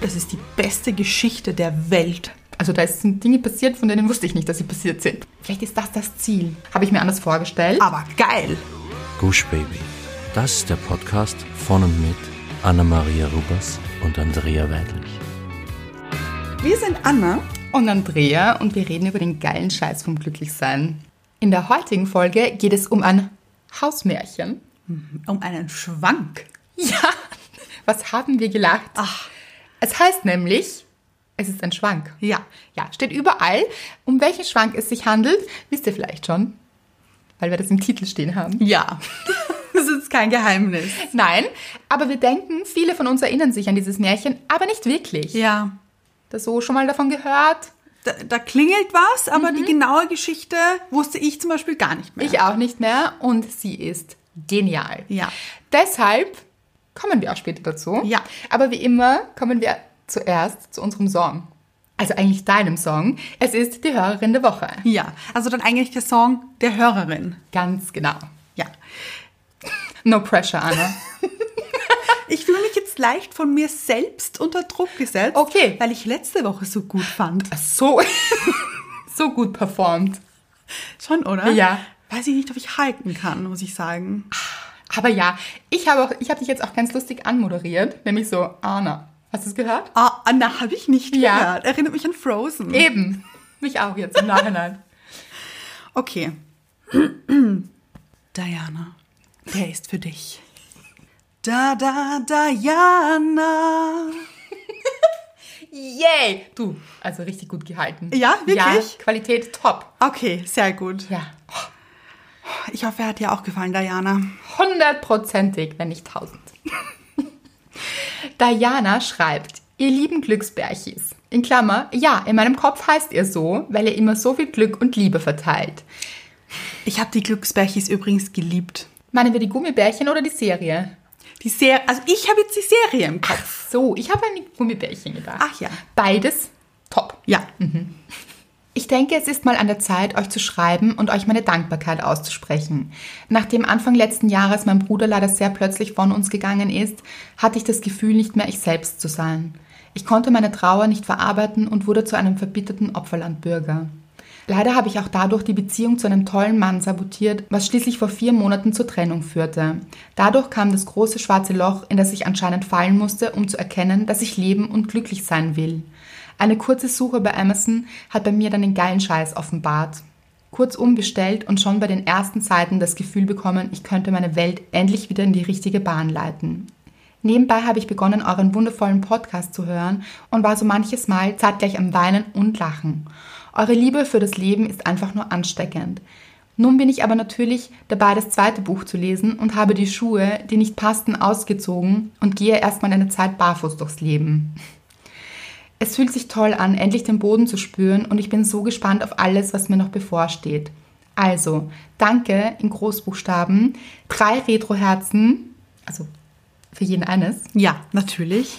Das ist die beste Geschichte der Welt. Also da sind Dinge passiert, von denen wusste ich nicht, dass sie passiert sind. Vielleicht ist das Ziel. Habe ich mir anders vorgestellt. Aber geil. Gush Baby. Das ist der Podcast von und mit Anna-Maria Rubers und Andrea Weidlich. Wir sind Anna und Andrea und wir reden über den geilen Scheiß vom Glücklichsein. In der heutigen Folge geht es um ein Hausmärchen. Um einen Schwank. Ja, was haben wir gelacht? Ach. Es heißt nämlich, es ist ein Schwank. Ja. Ja, steht überall. Um welchen Schwank es sich handelt, wisst ihr vielleicht schon, weil wir das im Titel stehen haben. Ja, das ist kein Geheimnis. Nein, aber wir denken, viele von uns erinnern sich an dieses Märchen, aber nicht wirklich. Ja. Das so schon mal davon gehört? Da klingelt was, aber die genaue Geschichte wusste ich zum Beispiel gar nicht mehr. Ich auch nicht mehr und sie ist genial. Ja. Deshalb kommen wir auch später dazu. Ja. Aber wie immer kommen wir zuerst zu unserem Song. Also eigentlich deinem Song. Es ist die Hörerin der Woche. Ja, also dann eigentlich der Song der Hörerin. Ganz genau. Ja. No pressure, Anna. Ich fühle mich jetzt leicht von mir selbst unter Druck gesetzt, Okay. weil ich letzte Woche so gut fand. So gut performt. Schon, oder? Ja. Weiß ich nicht, ob ich halten kann, muss ich sagen. Aber ja, ich hab dich jetzt auch ganz lustig anmoderiert, nämlich so, Anna. Hast du es gehört? Ah, Anna, habe ich nicht Ja. gehört. Erinnert mich an Frozen. Eben. Mich auch jetzt im Nachhinein. Okay. Diana, der ist für dich. Diana. Yay! Du, also richtig gut gehalten. Ja, wirklich? Ja, Qualität top. Okay, sehr gut. Ja, Ich hoffe, er hat dir auch gefallen, Diana. 100%ig, wenn nicht 1000. Diana schreibt, ihr lieben Glücksbärchis. In Klammer, ja, in meinem Kopf heißt ihr so, weil ihr immer so viel Glück und Liebe verteilt. Ich habe die Glücksbärchis übrigens geliebt. Meinen wir die Gummibärchen oder die Serie? Die Serie, also ich habe jetzt die Serie im Kopf. So, ich habe an die Gummibärchen gedacht. Ach ja. Beides top. Ja. Ich denke, es ist mal an der Zeit, euch zu schreiben und euch meine Dankbarkeit auszusprechen. Nachdem Anfang letzten Jahres mein Bruder leider sehr plötzlich von uns gegangen ist, hatte ich das Gefühl, nicht mehr ich selbst zu sein. Ich konnte meine Trauer nicht verarbeiten und wurde zu einem verbitterten Opferlandbürger. Leider habe ich auch dadurch die Beziehung zu einem tollen Mann sabotiert, was schließlich vor 4 Monaten zur Trennung führte. Dadurch kam das große schwarze Loch, in das ich anscheinend fallen musste, um zu erkennen, dass ich leben und glücklich sein will. Eine kurze Suche bei Amazon hat bei mir dann den geilen Scheiß offenbart. Kurzum bestellt und schon bei den ersten Seiten das Gefühl bekommen, ich könnte meine Welt endlich wieder in die richtige Bahn leiten. Nebenbei habe ich begonnen, euren wundervollen Podcast zu hören und war so manches Mal zeitgleich am Weinen und Lachen. Eure Liebe für das Leben ist einfach nur ansteckend. Nun bin ich aber natürlich dabei, das 2. Buch zu lesen und habe die Schuhe, die nicht passten, ausgezogen und gehe erstmal eine Zeit barfuß durchs Leben. Es fühlt sich toll an, endlich den Boden zu spüren und ich bin so gespannt auf alles, was mir noch bevorsteht. Also, danke in Großbuchstaben, 3 Retro-Herzen, also für jeden eines, Ja, natürlich.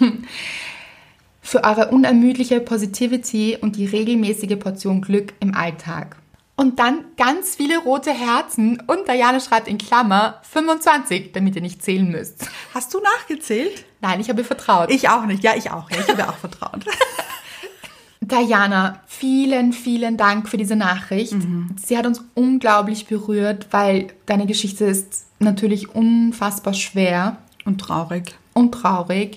für eure unermüdliche Positivity und die regelmäßige Portion Glück im Alltag. Und dann ganz viele rote Herzen und Diana schreibt in Klammer 25, damit ihr nicht zählen müsst. Hast du nachgezählt? Nein, ich habe ihr vertraut. Ich auch nicht. Ja, ich auch. Ja, ich habe auch vertraut. Diana, vielen, vielen Dank für diese Nachricht. Sie hat uns unglaublich berührt, weil deine Geschichte ist natürlich unfassbar schwer Und traurig. und traurig.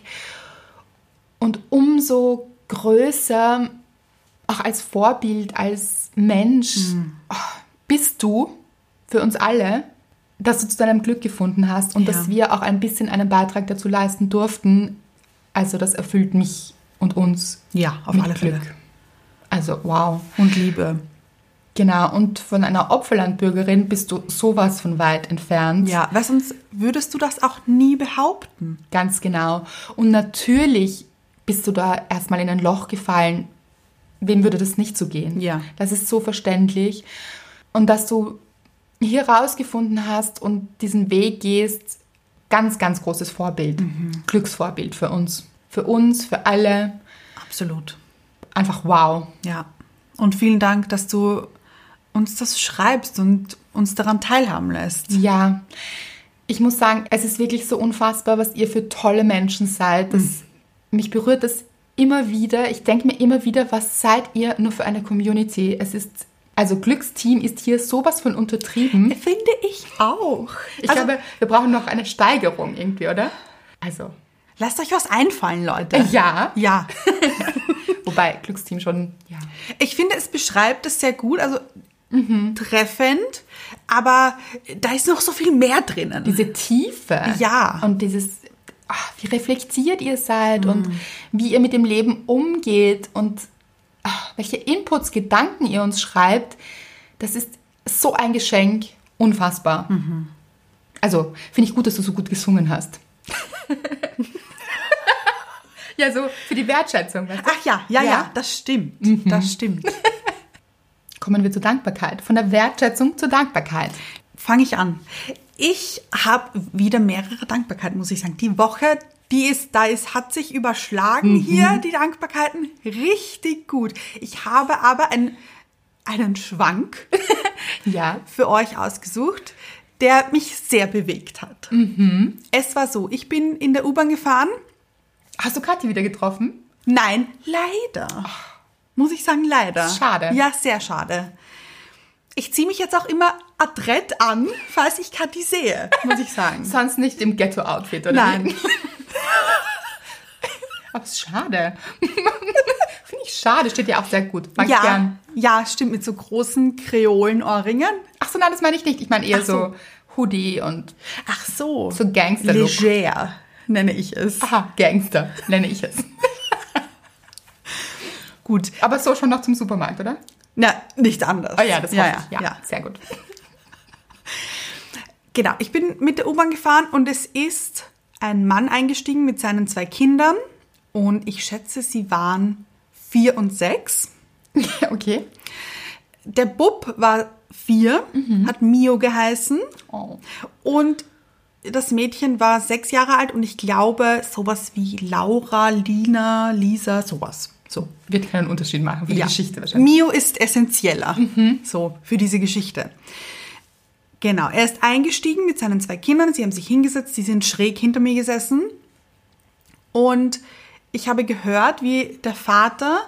Und umso größer, auch als Vorbild, als Mensch, bist du für uns alle, dass du zu deinem Glück gefunden hast und Ja. dass wir auch ein bisschen einen Beitrag dazu leisten durften. Also das erfüllt mich und uns Ja, auf mit alle Glück. Fälle. Also wow. Und Liebe. Genau, und von einer Opferlandbürgerin bist du sowas von weit entfernt. Ja, weil sonst würdest du das auch nie behaupten. Ganz genau. Und natürlich bist du da erstmal in ein Loch gefallen. Wem würde das nicht so gehen? Ja. Das ist so verständlich. Und dass du hier rausgefunden hast und diesen Weg gehst, ganz, ganz großes Vorbild. Glücksvorbild für uns. Für uns, für alle. Absolut. Einfach wow. Ja. Und vielen Dank, dass du uns das schreibst und uns daran teilhaben lässt. Ja, ich muss sagen, es ist wirklich so unfassbar, was ihr für tolle Menschen seid. Mich berührt das immer wieder, ich denke mir immer wieder, was seid ihr nur für eine Community? Also Glücksteam ist hier sowas von untertrieben. Finde ich auch. Ich glaube, wir brauchen noch eine Steigerung irgendwie, oder? Also. Lasst euch was einfallen, Leute. Ja. Ja. Wobei, Glücksteam schon, ja. Ich finde, es beschreibt es sehr gut, also treffend, aber da ist noch so viel mehr drinnen. Diese Tiefe. Ja. Und wie reflektiert ihr seid und wie ihr mit dem Leben umgeht und welche Inputs, Gedanken ihr uns schreibt, das ist so ein Geschenk, unfassbar. Also, finde ich gut, dass du so gut gesungen hast. Ja, so für die Wertschätzung. Weißt du? Ach ja, das stimmt. Das stimmt. Kommen wir zur Dankbarkeit. Von der Wertschätzung zur Dankbarkeit. Fange ich an. Ich habe wieder mehrere Dankbarkeiten, muss ich sagen. Die Woche, hat sich überschlagen hier, die Dankbarkeiten. Richtig gut. Ich habe aber einen Schwank für euch ausgesucht, der mich sehr bewegt hat. Es war so, ich bin in der U-Bahn gefahren. Hast du Kathi wieder getroffen? Nein, leider. Muss ich sagen, leider. Schade. Ja, sehr schade. Ich ziehe mich jetzt auch immer adrett an, falls ich Kathi sehe, muss ich sagen. Sonst nicht im Ghetto-Outfit, oder? Nein. Aber es ist schade. Finde ich schade, steht ja auch sehr gut. Mag ich gern. Ja, stimmt, mit so großen Kreolenohrringen. Ach so, nein, das meine ich nicht. Ich meine eher Ach so. Hoodie und Ach so. so Gangster-Look. Leger nenne ich es. Aha, Gangster nenne ich es. Gut. Aber so schon noch zum Supermarkt, oder? Na, nicht anders. Oh ja, das hoffe ich. Ja, sehr gut. Genau, ich bin mit der U-Bahn gefahren und es ist ein Mann eingestiegen mit seinen 2 Kindern und ich schätze, sie waren 4 und 6. Okay. Der Bub war 4, hat Mio geheißen und das Mädchen war 6 Jahre alt und ich glaube sowas wie Laura, Lina, Lisa, sowas. So. Wird keinen Unterschied machen für die Geschichte wahrscheinlich. Mio ist essentieller so für diese Geschichte. Genau, er ist eingestiegen mit seinen 2 Kindern, sie haben sich hingesetzt, sie sind schräg hinter mir gesessen und ich habe gehört, wie der Vater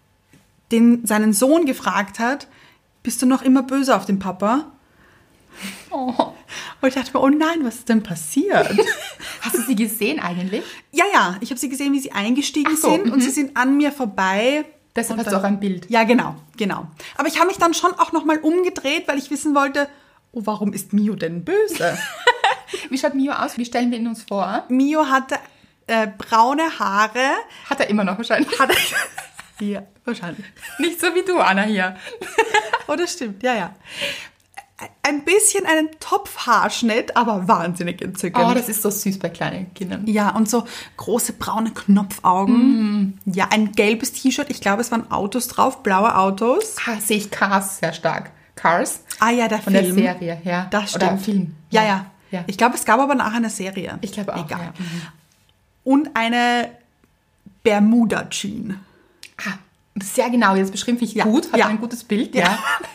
seinen Sohn gefragt hat, bist du noch immer böse auf den Papa? Oh. Und ich dachte mir, oh nein, was ist denn passiert? Hast du sie gesehen eigentlich? Ja, ich habe sie gesehen, wie sie eingestiegen sind und sie sind an mir vorbei. Deshalb und hast du auch ein Bild. Ja, genau. Aber ich habe mich dann schon auch nochmal umgedreht, weil ich wissen wollte, oh, warum ist Mio denn böse? Wie schaut Mio aus? Wie stellen wir ihn uns vor? Mio hatte braune Haare. Hat er immer noch wahrscheinlich. Ja, wahrscheinlich. Nicht so wie du, Anna, hier. Oh, das stimmt, ja. Ein bisschen einen Topfhaarschnitt, aber wahnsinnig entzückend. Oh, das ist so süß bei kleinen Kindern. Ja, und so große braune Knopfaugen. Ja, ein gelbes T-Shirt. Ich glaube, es waren Autos drauf, blaue Autos. Sehe ich Cars sehr stark. Cars? Ah ja, der Von Film. der Serie, ja. Das stimmt. Oder Film. Ja. Ich glaube, es gab aber nachher eine Serie. Ich glaube auch, egal. ja. Und eine Bermuda-Jean. Sehr genau, jetzt beschrieben finde ich gut. Hat ein gutes Bild, ja.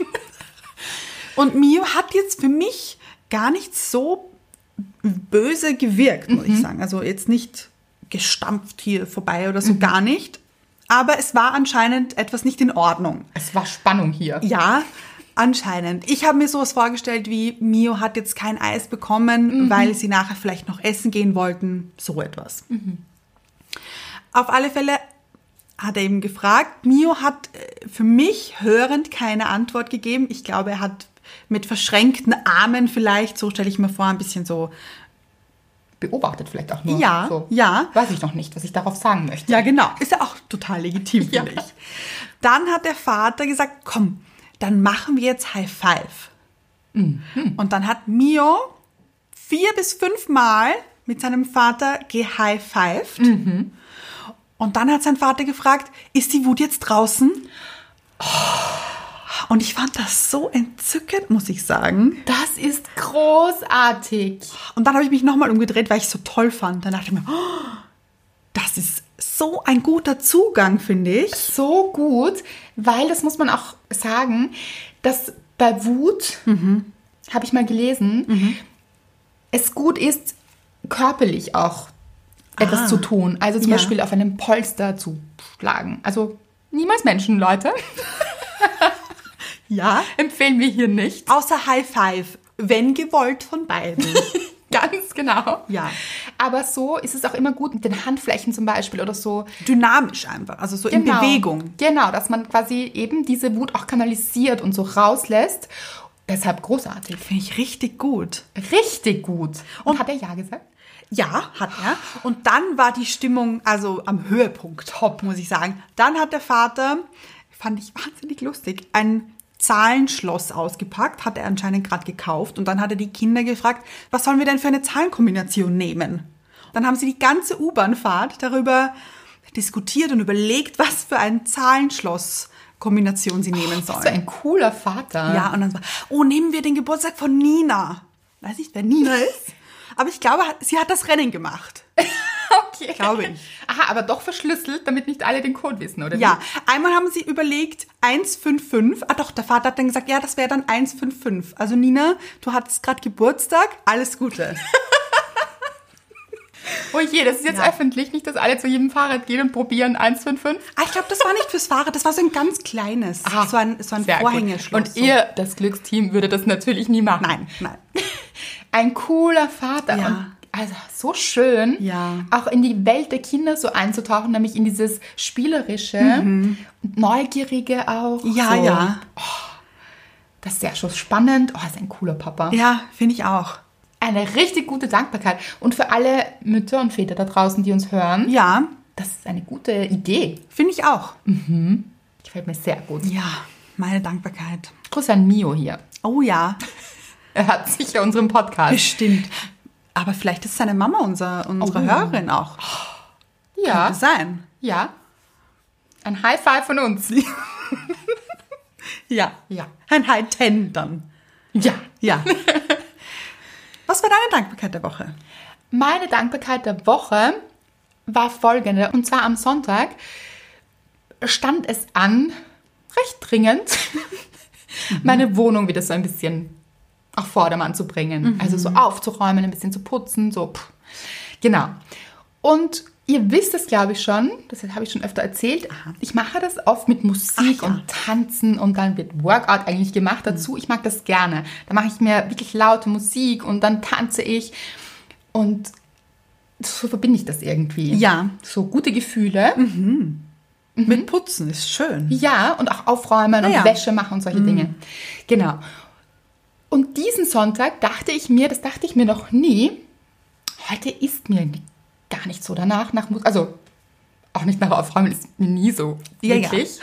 Und Mio hat jetzt für mich gar nicht so böse gewirkt, muss ich sagen. Also jetzt nicht gestampft hier vorbei oder so, gar nicht. Aber es war anscheinend etwas nicht in Ordnung. Es war Spannung hier. Ja, anscheinend. Ich habe mir sowas vorgestellt wie, Mio hat jetzt kein Eis bekommen, weil sie nachher vielleicht noch essen gehen wollten. So etwas. Auf alle Fälle hat er eben gefragt. Mio hat für mich hörend keine Antwort gegeben. Ich glaube, er hat mit verschränkten Armen vielleicht, so stelle ich mir vor, ein bisschen so beobachtet vielleicht auch nur. Ja, so. ja. Weiß ich noch nicht, was ich darauf sagen möchte. Ja, genau. Ist ja auch total legitim, finde ich. Dann hat der Vater gesagt, komm, dann machen wir jetzt High Five. Und dann hat Mio 4 bis 5 Mal mit seinem Vater gehigh-fived. Und dann hat sein Vater gefragt, ist die Wut jetzt draußen? Und ich fand das so entzückend, muss ich sagen. Das ist großartig. Und dann habe ich mich nochmal umgedreht, weil ich es so toll fand. Dann dachte ich mir, das ist so ein guter Zugang, finde ich. So gut, weil das muss man auch sagen, dass bei Wut, habe ich mal gelesen, es gut ist, körperlich auch etwas zu tun. Also zum Ja. Beispiel auf einem Polster zu schlagen. Also niemals Menschen, Leute. Ja. Empfehlen wir hier nicht. Außer High Five, wenn gewollt von beiden. Ganz genau. Ja. Aber so ist es auch immer gut mit den Handflächen zum Beispiel oder so. Dynamisch einfach, also so in Bewegung. Genau, dass man quasi eben diese Wut auch kanalisiert und so rauslässt. Deshalb großartig. Finde ich richtig gut. Richtig gut. Und hat er ja gesagt? Ja, hat er. Und dann war die Stimmung also am Höhepunkt. Top, muss ich sagen. Dann hat der Vater, fand ich wahnsinnig lustig, ein Zahlenschloss ausgepackt, hat er anscheinend gerade gekauft. Und dann hat er die Kinder gefragt, was sollen wir denn für eine Zahlenkombination nehmen? Dann haben sie die ganze U-Bahn-Fahrt darüber diskutiert und überlegt, was für ein Zahlenschloss-Kombination sie nehmen sollen. So ein cooler Vater. Ja, und dann war, nehmen wir den Geburtstag von Nina. Weiß nicht, wer Nina ist. Aber ich glaube, sie hat das Rennen gemacht. Okay. Glaube ich. Aha, aber doch verschlüsselt, damit nicht alle den Code wissen, oder? Ja, einmal haben sie überlegt, 155. Ah doch, der Vater hat dann gesagt, ja, das wäre dann 155. Also Nina, du hattest gerade Geburtstag, alles Gute. Oh je, das ist jetzt öffentlich. Nicht, dass alle zu jedem Fahrrad gehen und probieren 155. Ich glaube, das war nicht fürs Fahrrad, das war so ein ganz kleines. So ein Sehr Vorhängeschloss. gut. Und ihr, das Glücksteam, würde das natürlich nie machen. Nein. Ein cooler Vater. Ja. Und also so schön, Ja. auch in die Welt der Kinder so einzutauchen, nämlich in dieses Spielerische und Neugierige auch. Ja, so. ja. Das ist sehr schon spannend. Oh, ist ein cooler Papa. Ja, finde ich auch. Eine richtig gute Dankbarkeit. Und für alle Mütter und Väter da draußen, die uns hören, Ja, das ist eine gute Idee. finde ich auch. Gefällt mir sehr gut. Ja, meine Dankbarkeit. Grüß an Mio hier. Oh ja, Er hat sicher unseren Podcast. bestimmt. Aber vielleicht ist seine Mama unsere Hörerin auch. Ja, Könnte sein. ja. Ein High Five von uns. Ja. Ja. Ein High Ten dann. Ja. Ja. Was war deine Dankbarkeit der Woche? Meine Dankbarkeit der Woche war folgende. Und zwar am Sonntag stand es an, recht dringend, meine Wohnung wieder so ein bisschen auf Vordermann zu bringen. Also so aufzuräumen, ein bisschen zu putzen, so. Genau. Und ihr wisst es, glaube ich, schon, das habe ich schon öfter erzählt, ich mache das oft mit Musik und Tanzen und dann wird Workout eigentlich gemacht dazu. Ich mag das gerne. Da mache ich mir wirklich laute Musik und dann tanze ich und so verbinde ich das irgendwie. Ja. So gute Gefühle. Mit Putzen ist schön. Ja, und auch aufräumen und Ja. Wäsche machen und solche Dinge. Genau. Und diesen Sonntag dachte ich mir noch nie, heute ist mir gar nicht so danach, also auch nicht nach Aufräumen, ist mir nie so Ja, wirklich.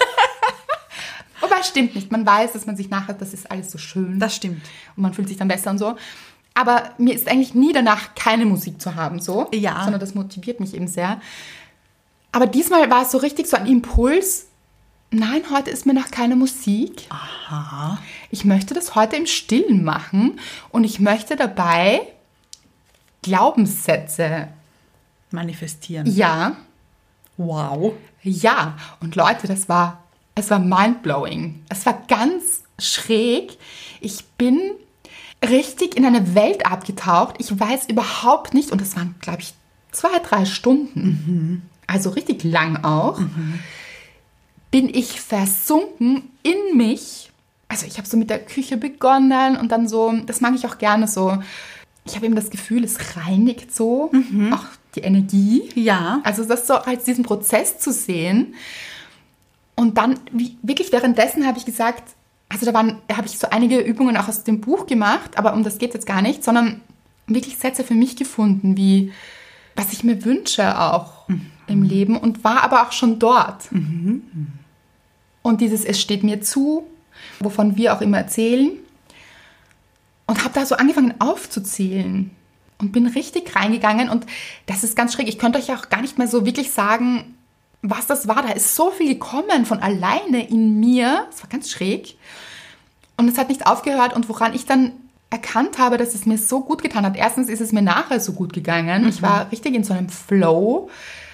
Wobei, stimmt nicht. Man weiß, dass man sich nachher, das ist alles so schön. Das stimmt. Und man fühlt sich dann besser und so. Aber mir ist eigentlich nie danach, keine Musik zu haben, so. Ja. Sondern das motiviert mich eben sehr. Aber diesmal war es so richtig so ein Impuls. Nein, heute ist mir noch keine Musik. Aha. Ich möchte das heute im Stillen machen und ich möchte dabei Glaubenssätze. Manifestieren. Ja, Wow. ja. Und Leute, es war mindblowing. Es war ganz schräg. Ich bin richtig in eine Welt abgetaucht. Ich weiß überhaupt nicht, und das waren, glaube ich, 2-3 Stunden, also richtig lang auch, bin ich versunken in mich. Also ich habe so mit der Küche begonnen und dann so, das mag ich auch gerne so, ich habe eben das Gefühl, es reinigt so auch die Energie. Ja. Also das so als diesen Prozess zu sehen. Und dann, wirklich währenddessen habe ich gesagt, also da habe ich so einige Übungen auch aus dem Buch gemacht, aber um das geht es jetzt gar nicht, sondern wirklich Sätze für mich gefunden, wie was ich mir wünsche auch im Leben und war aber auch schon dort. Und dieses Es steht mir zu, wovon wir auch immer erzählen. Und habe da so angefangen aufzuzählen und bin richtig reingegangen. Und das ist ganz schräg. Ich könnte euch auch gar nicht mehr so wirklich sagen, was das war. Da ist so viel gekommen von alleine in mir. Es war ganz schräg. Und es hat nicht aufgehört. Und woran ich dann erkannt habe, dass es mir so gut getan hat. Erstens ist es mir nachher so gut gegangen. Ich war richtig in so einem Flow.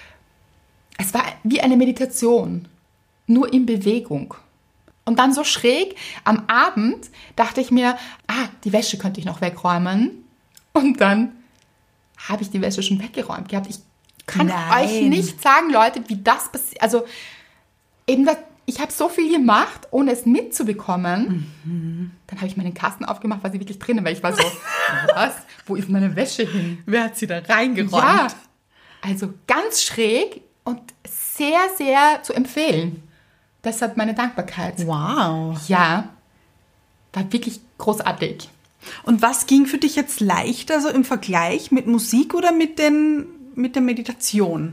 Es war wie eine Meditation. Nur in Bewegung. Und dann so schräg, am Abend dachte ich mir, die Wäsche könnte ich noch wegräumen. Und dann habe ich die Wäsche schon weggeräumt gehabt. Ich kann Nein. euch nicht sagen, Leute, wie das passiert. Also eben, ich habe so viel gemacht, ohne es mitzubekommen. Dann habe ich meinen Kasten aufgemacht, war sie wirklich drinnen, weil ich war so, was? Wo ist meine Wäsche hin? Wer hat sie da reingeräumt? Ja, also ganz schräg und sehr, sehr zu empfehlen. Deshalb meine Dankbarkeit. Wow. Ja, war wirklich großartig. Und was ging für dich jetzt leichter, so im Vergleich mit Musik oder mit der Meditation?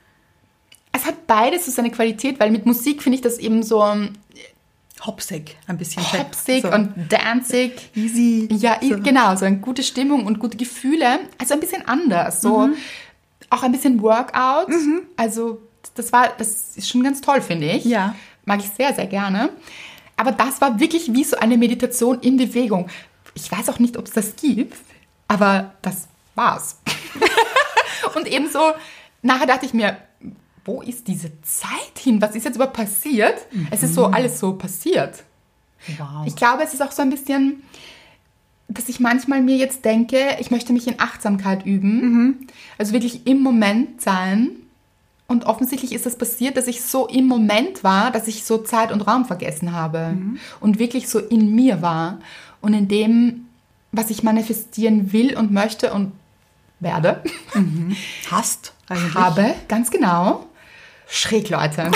Es hat beides so seine Qualität, weil mit Musik finde ich das eben so Hopsig, ein bisschen. hopsig so. und danzig. Easy. Ja, So. genau, so eine gute Stimmung und gute Gefühle. Also ein bisschen anders, so auch ein bisschen Workout. Also das ist schon ganz toll, finde ich. Ja. Mag ich sehr, sehr gerne. Aber das war wirklich wie so eine Meditation in Bewegung. Ich weiß auch nicht, ob es das gibt, aber das war's. Und ebenso, nachher dachte ich mir, wo ist diese Zeit hin? Was ist jetzt überhaupt passiert? Es ist so alles so passiert. Wow. Ich glaube, es ist auch so ein bisschen, dass ich manchmal mir jetzt denke, ich möchte mich in Achtsamkeit üben. Also wirklich im Moment sein. Und offensichtlich ist es passiert, dass ich so im Moment war, dass ich so Zeit und Raum vergessen habe. Und wirklich so in mir war. Und in dem, was ich manifestieren will und möchte und werde. Hast eigentlich. Habe, ganz genau. Schräg, Leute.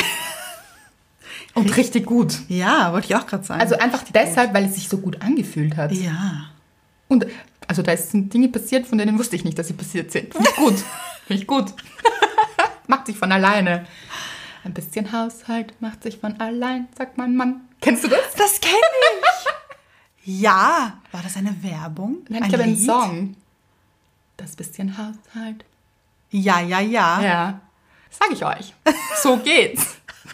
Und richtig gut. Ja, wollte ich auch gerade sagen. Also einfach deshalb, weil es sich so gut angefühlt hat. ja. Und also da sind Dinge passiert, von denen wusste ich nicht, dass sie passiert sind. Finde ich gut. Finde ich gut. Macht sich von alleine. Ein bisschen Haushalt macht sich von allein, sagt mein Mann. Kennst du das? Das kenne ich. Ja. War das eine Werbung? Nein, ich glaube ein Lied? Song. Das bisschen Haushalt. Ja. Ja. Sag ich euch. So geht's.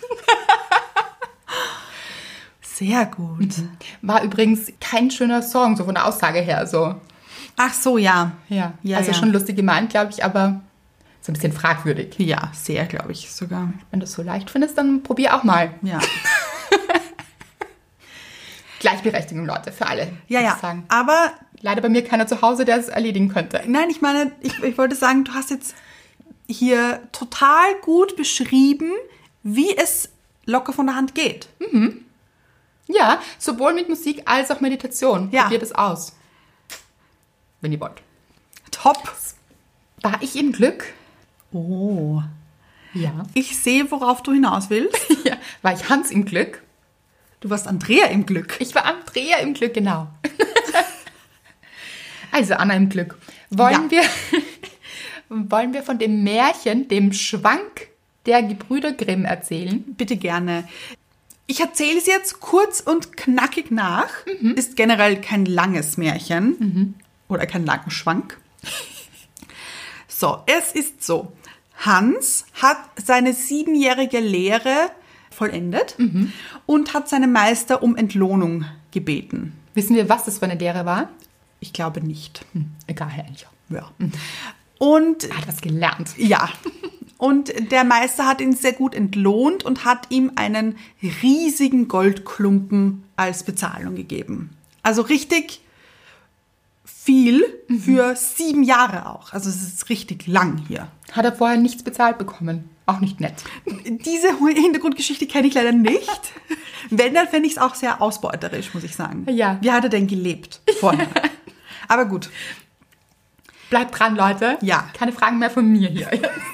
Sehr gut. War übrigens kein schöner Song, so von der Aussage her. So. Ach so, ja. Ja. Ja, Also ja. schon lustig gemeint, glaube ich, aber so ein bisschen fragwürdig. Ja, sehr, glaube ich sogar. Wenn du es so leicht findest, dann probier auch mal. Ja. Gleichberechtigung, Leute, für alle. Ja, würde ja. ich sagen. Aber Leider bei mir keiner zu Hause, der es erledigen könnte. nein, ich meine, ich wollte sagen, du hast jetzt hier total gut beschrieben, wie es locker von der Hand geht. Ja, sowohl mit Musik als auch Meditation. Ja. Probiert es aus. Wenn ihr wollt. Top. War ich im Glück? Oh. Ja. Ich sehe, worauf du hinaus willst. Ja. War ich Hans im Glück? Du warst Andrea im Glück. Ich war Andrea im Glück, genau. Also Anna im Glück. Wollen wir von dem Märchen, dem Schwank der Gebrüder Grimm erzählen? Bitte gerne. Ich erzähle es jetzt kurz und knackig nach. Ist generell kein langes Märchen oder kein langer Schwank. So, es ist so. Hans hat seine 7-jährige Lehre vollendet und hat seinen Meister um Entlohnung gebeten. Wissen wir, was das für eine Lehre war? Ich glaube nicht. Egal, eigentlich. Ja. Und Er hat was gelernt. ja, und der Meister hat ihn sehr gut entlohnt und hat ihm einen riesigen Goldklumpen als Bezahlung gegeben. Also richtig viel für 7 Jahre auch. Also es ist richtig lang hier. Hat er vorher nichts bezahlt bekommen. Auch nicht nett. Diese Hintergrundgeschichte kenne ich leider nicht. Wenn, dann fände ich es auch sehr ausbeuterisch, muss ich sagen. Ja. Wie hat er denn gelebt vorher? Aber gut. Bleibt dran, Leute. Ja. Keine Fragen mehr von mir hier.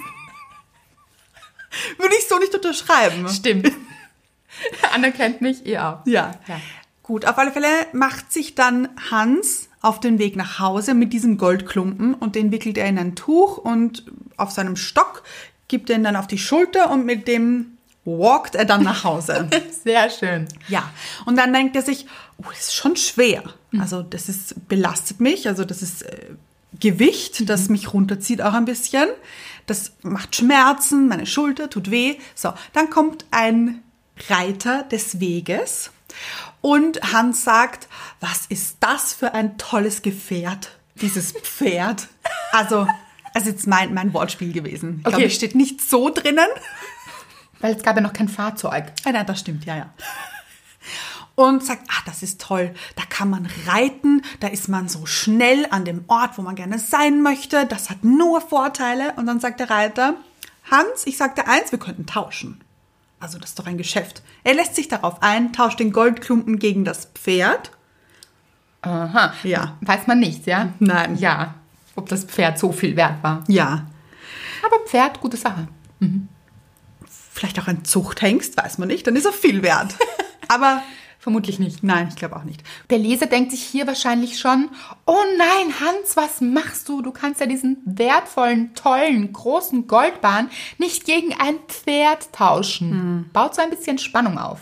Würde ich so nicht unterschreiben. Stimmt. Anna kennt mich, ihr auch. Ja. Ja. Gut, auf alle Fälle macht sich dann Hans auf den Weg nach Hause mit diesem Goldklumpen und den wickelt er in ein Tuch und auf seinem Stock gibt er ihn dann auf die Schulter und mit dem walkt er dann nach Hause. Sehr schön. Ja, und dann denkt er sich, oh, das ist schon schwer. Also das belastet mich, also das ist Gewicht, das mich runterzieht auch ein bisschen. Das macht Schmerzen, meine Schulter tut weh. So, dann kommt ein Reiter des Weges und Hans sagt, was ist das für ein tolles Gefährt, dieses Pferd. Also, es ist jetzt mein Wortspiel gewesen. Ich glaube, Okay. es steht nicht so drinnen. Weil es gab ja noch kein Fahrzeug. Nein, das stimmt, ja. Und sagt, das ist toll, da kann man reiten, da ist man so schnell an dem Ort, wo man gerne sein möchte, das hat nur Vorteile. Und dann sagt der Reiter, Hans, ich sagte eins, wir könnten tauschen. Also das ist doch ein Geschäft. Er lässt sich darauf ein, tauscht den Goldklumpen gegen das Pferd. Aha. Ja. Weiß man nicht, ja? Nein. Ja, ob das Pferd so viel wert war. Ja. Aber Pferd, gute Sache. Vielleicht auch ein Zuchthengst, weiß man nicht. Dann ist er viel wert. Aber Vermutlich nicht. nein, ich glaube auch nicht. Der Leser denkt sich hier wahrscheinlich schon, oh nein, Hans, was machst du? Du kannst ja diesen wertvollen, tollen, großen Goldbarren nicht gegen ein Pferd tauschen. Baut so ein bisschen Spannung auf.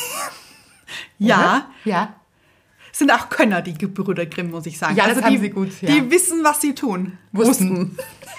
Ja, Oder? Ja. sind auch Könner, die Gebrüder Grimm, muss ich sagen. Ja, das haben die, sie gut, ja. Die wissen, was sie tun. Wussten.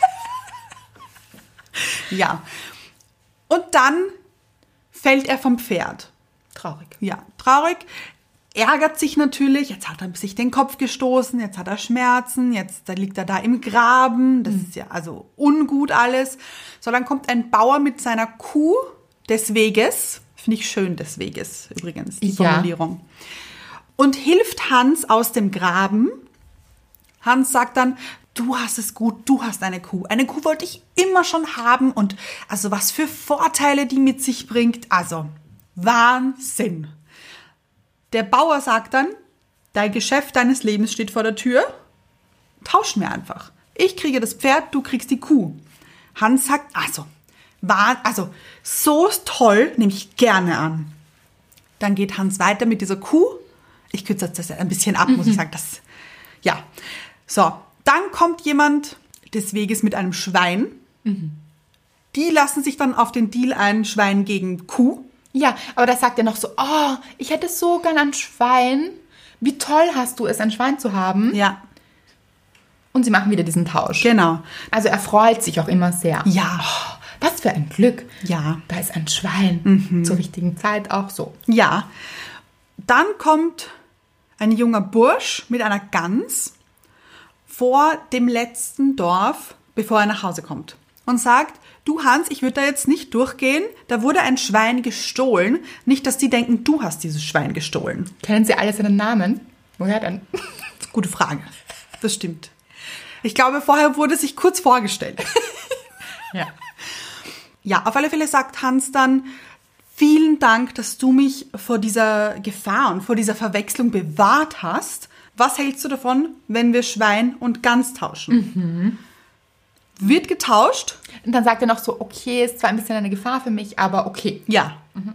Ja. Und dann fällt er vom Pferd. Traurig. Ja, traurig. Ärgert sich natürlich. Jetzt hat er sich den Kopf gestoßen. Jetzt hat er Schmerzen. Jetzt liegt er da im Graben. Das ist ja also ungut alles. So, dann kommt ein Bauer mit seiner Kuh des Weges. Finde ich schön, des Weges übrigens, die Ja. Formulierung. Und hilft Hans aus dem Graben. Hans sagt dann, du hast es gut, du hast eine Kuh. Eine Kuh wollte ich immer schon haben und also was für Vorteile die mit sich bringt. Also Wahnsinn. Der Bauer sagt dann, dein Geschäft deines Lebens steht vor der Tür. Tauschen wir einfach. Ich kriege das Pferd, du kriegst die Kuh. Hans sagt, also so toll, nehme ich gerne an. Dann geht Hans weiter mit dieser Kuh. Ich kürze das ein bisschen ab, muss ich sagen. Ja. So, dann kommt jemand des Weges mit einem Schwein. Die lassen sich dann auf den Deal ein, Schwein gegen Kuh. Ja, aber da sagt er noch so, oh, ich hätte so gern ein Schwein. Wie toll hast du es, ein Schwein zu haben. Ja, Und sie machen wieder diesen Tausch. genau. Also er freut sich auch immer sehr. Ja, Oh, was für ein Glück. ja, Da ist ein Schwein. Zur richtigen Zeit auch so. ja. Dann kommt ein junger Bursch mit einer Gans vor dem letzten Dorf, bevor er nach Hause kommt. Und sagt, du Hans, ich würde da jetzt nicht durchgehen, da wurde ein Schwein gestohlen. Nicht, dass die denken, du hast dieses Schwein gestohlen. Kennen Sie alle seinen Namen? Woher denn? Gute Frage. Das stimmt. Ich glaube, vorher wurde sich kurz vorgestellt. Ja. Ja, auf alle Fälle sagt Hans dann, vielen Dank, dass du mich vor dieser Gefahr und vor dieser Verwechslung bewahrt hast. Was hältst du davon, wenn wir Schwein und Gans tauschen? Wird getauscht. Und dann sagt er noch so, okay, ist zwar ein bisschen eine Gefahr für mich, aber okay. Ja.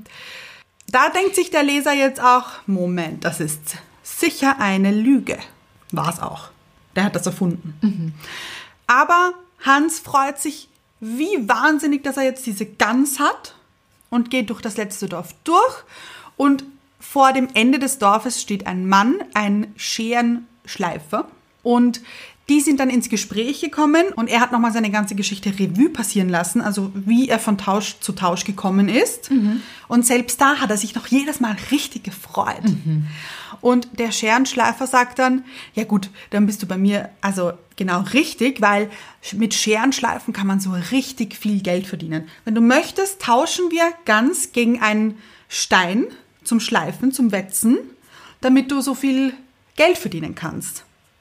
Da denkt sich der Leser jetzt auch, Moment, das ist sicher eine Lüge. War es auch. Der hat das erfunden. Aber Hans freut sich wie wahnsinnig, dass er jetzt diese Gans hat und geht durch das letzte Dorf durch. Und vor dem Ende des Dorfes steht ein Mann, ein Scherenschleifer. Und die sind dann ins Gespräch gekommen und er hat nochmal seine ganze Geschichte Revue passieren lassen, also wie er von Tausch zu Tausch gekommen ist. Und selbst da hat er sich noch jedes Mal richtig gefreut. Und der Scherenschleifer sagt dann, ja gut, dann bist du bei mir also genau richtig, weil mit Scherenschleifen kann man so richtig viel Geld verdienen. Wenn du möchtest, tauschen wir Gans gegen einen Stein zum Schleifen, zum Wetzen, damit du so viel Geld verdienen kannst.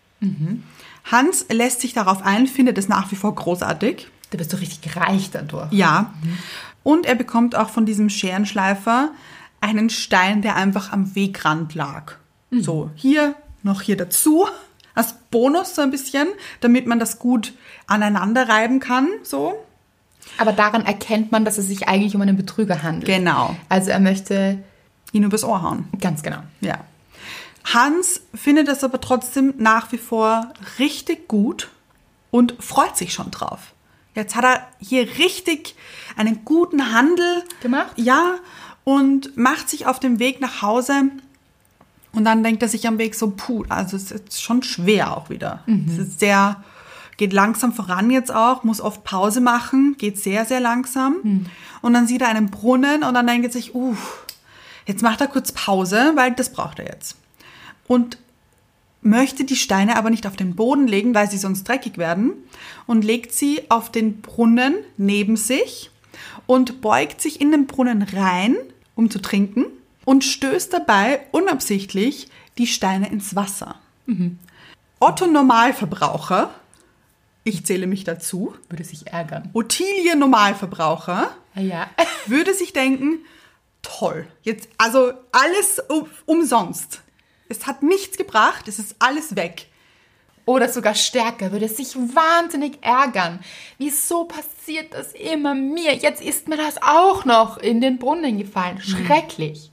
Hans lässt sich darauf ein, findet es nach wie vor großartig. Da bist du richtig reich dadurch. Ja. Und er bekommt auch von diesem Scherenschleifer einen Stein, der einfach am Wegrand lag. So, hier, noch hier dazu, als Bonus so ein bisschen, damit man das gut aneinander reiben kann, so. Aber daran erkennt man, dass es sich eigentlich um einen Betrüger handelt. Genau. Also er möchte, Ihn übers Ohr hauen. ganz genau. Ja. Hans findet es aber trotzdem nach wie vor richtig gut und freut sich schon drauf. Jetzt hat er hier richtig einen guten Handel Gemacht? Ja, und macht sich auf dem Weg nach Hause. Und dann denkt er sich am Weg so, also es ist schon schwer auch wieder. Es ist geht langsam voran jetzt auch, muss oft Pause machen, geht sehr, sehr langsam. Und dann sieht er einen Brunnen und dann denkt er sich, jetzt macht er kurz Pause, weil das braucht er jetzt. Und möchte die Steine aber nicht auf den Boden legen, weil sie sonst dreckig werden, und legt sie auf den Brunnen neben sich und beugt sich in den Brunnen rein, um zu trinken, und stößt dabei unabsichtlich die Steine ins Wasser. Otto Normalverbraucher ich zähle mich dazu, Würde sich ärgern. Ottilie Normalverbraucher, Ja. würde sich denken, toll, jetzt also alles umsonst. Es hat nichts gebracht, es ist alles weg. Oder sogar stärker, würde sich wahnsinnig ärgern. Wieso passiert das immer mir? Jetzt ist mir das auch noch in den Brunnen gefallen. Schrecklich.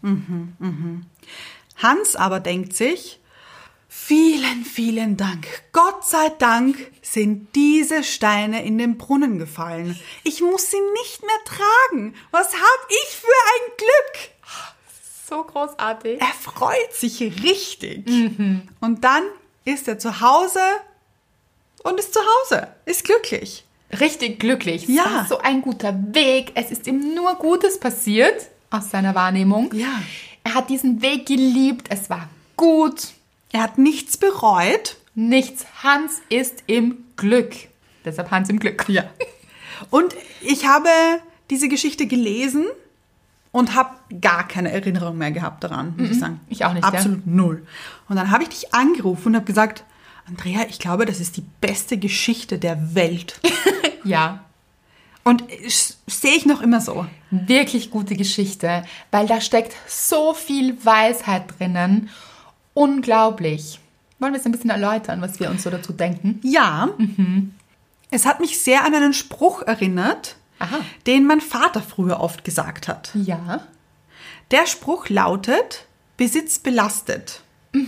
Hans aber denkt sich, vielen, vielen Dank. Gott sei Dank sind diese Steine in den Brunnen gefallen. Ich muss sie nicht mehr tragen. Was hab ich für ein Glück? So großartig. Er freut sich richtig. Und dann ist er zu Hause und ist zu Hause, ist glücklich. Richtig glücklich. Es Ja. war so ein guter Weg. Es ist ihm nur Gutes passiert aus seiner Wahrnehmung. Ja. Er hat diesen Weg geliebt. Es war gut. Er hat nichts bereut. Nichts. Hans ist im Glück. Deshalb Hans im Glück. Ja. Und ich habe diese Geschichte gelesen und habe gar keine Erinnerung mehr gehabt daran, muss ich sagen. ich auch nicht, Absolut null. Und dann habe ich dich angerufen und habe gesagt, Andrea, ich glaube, das ist die beste Geschichte der Welt. Ja. Und sehe ich noch immer so. Wirklich gute Geschichte, weil da steckt so viel Weisheit drinnen. Unglaublich. Wollen wir es ein bisschen erläutern, was wir uns so dazu denken? Ja, es hat mich sehr an einen Spruch erinnert, Aha. den mein Vater früher oft gesagt hat. Ja. Der Spruch lautet, Besitz belastet.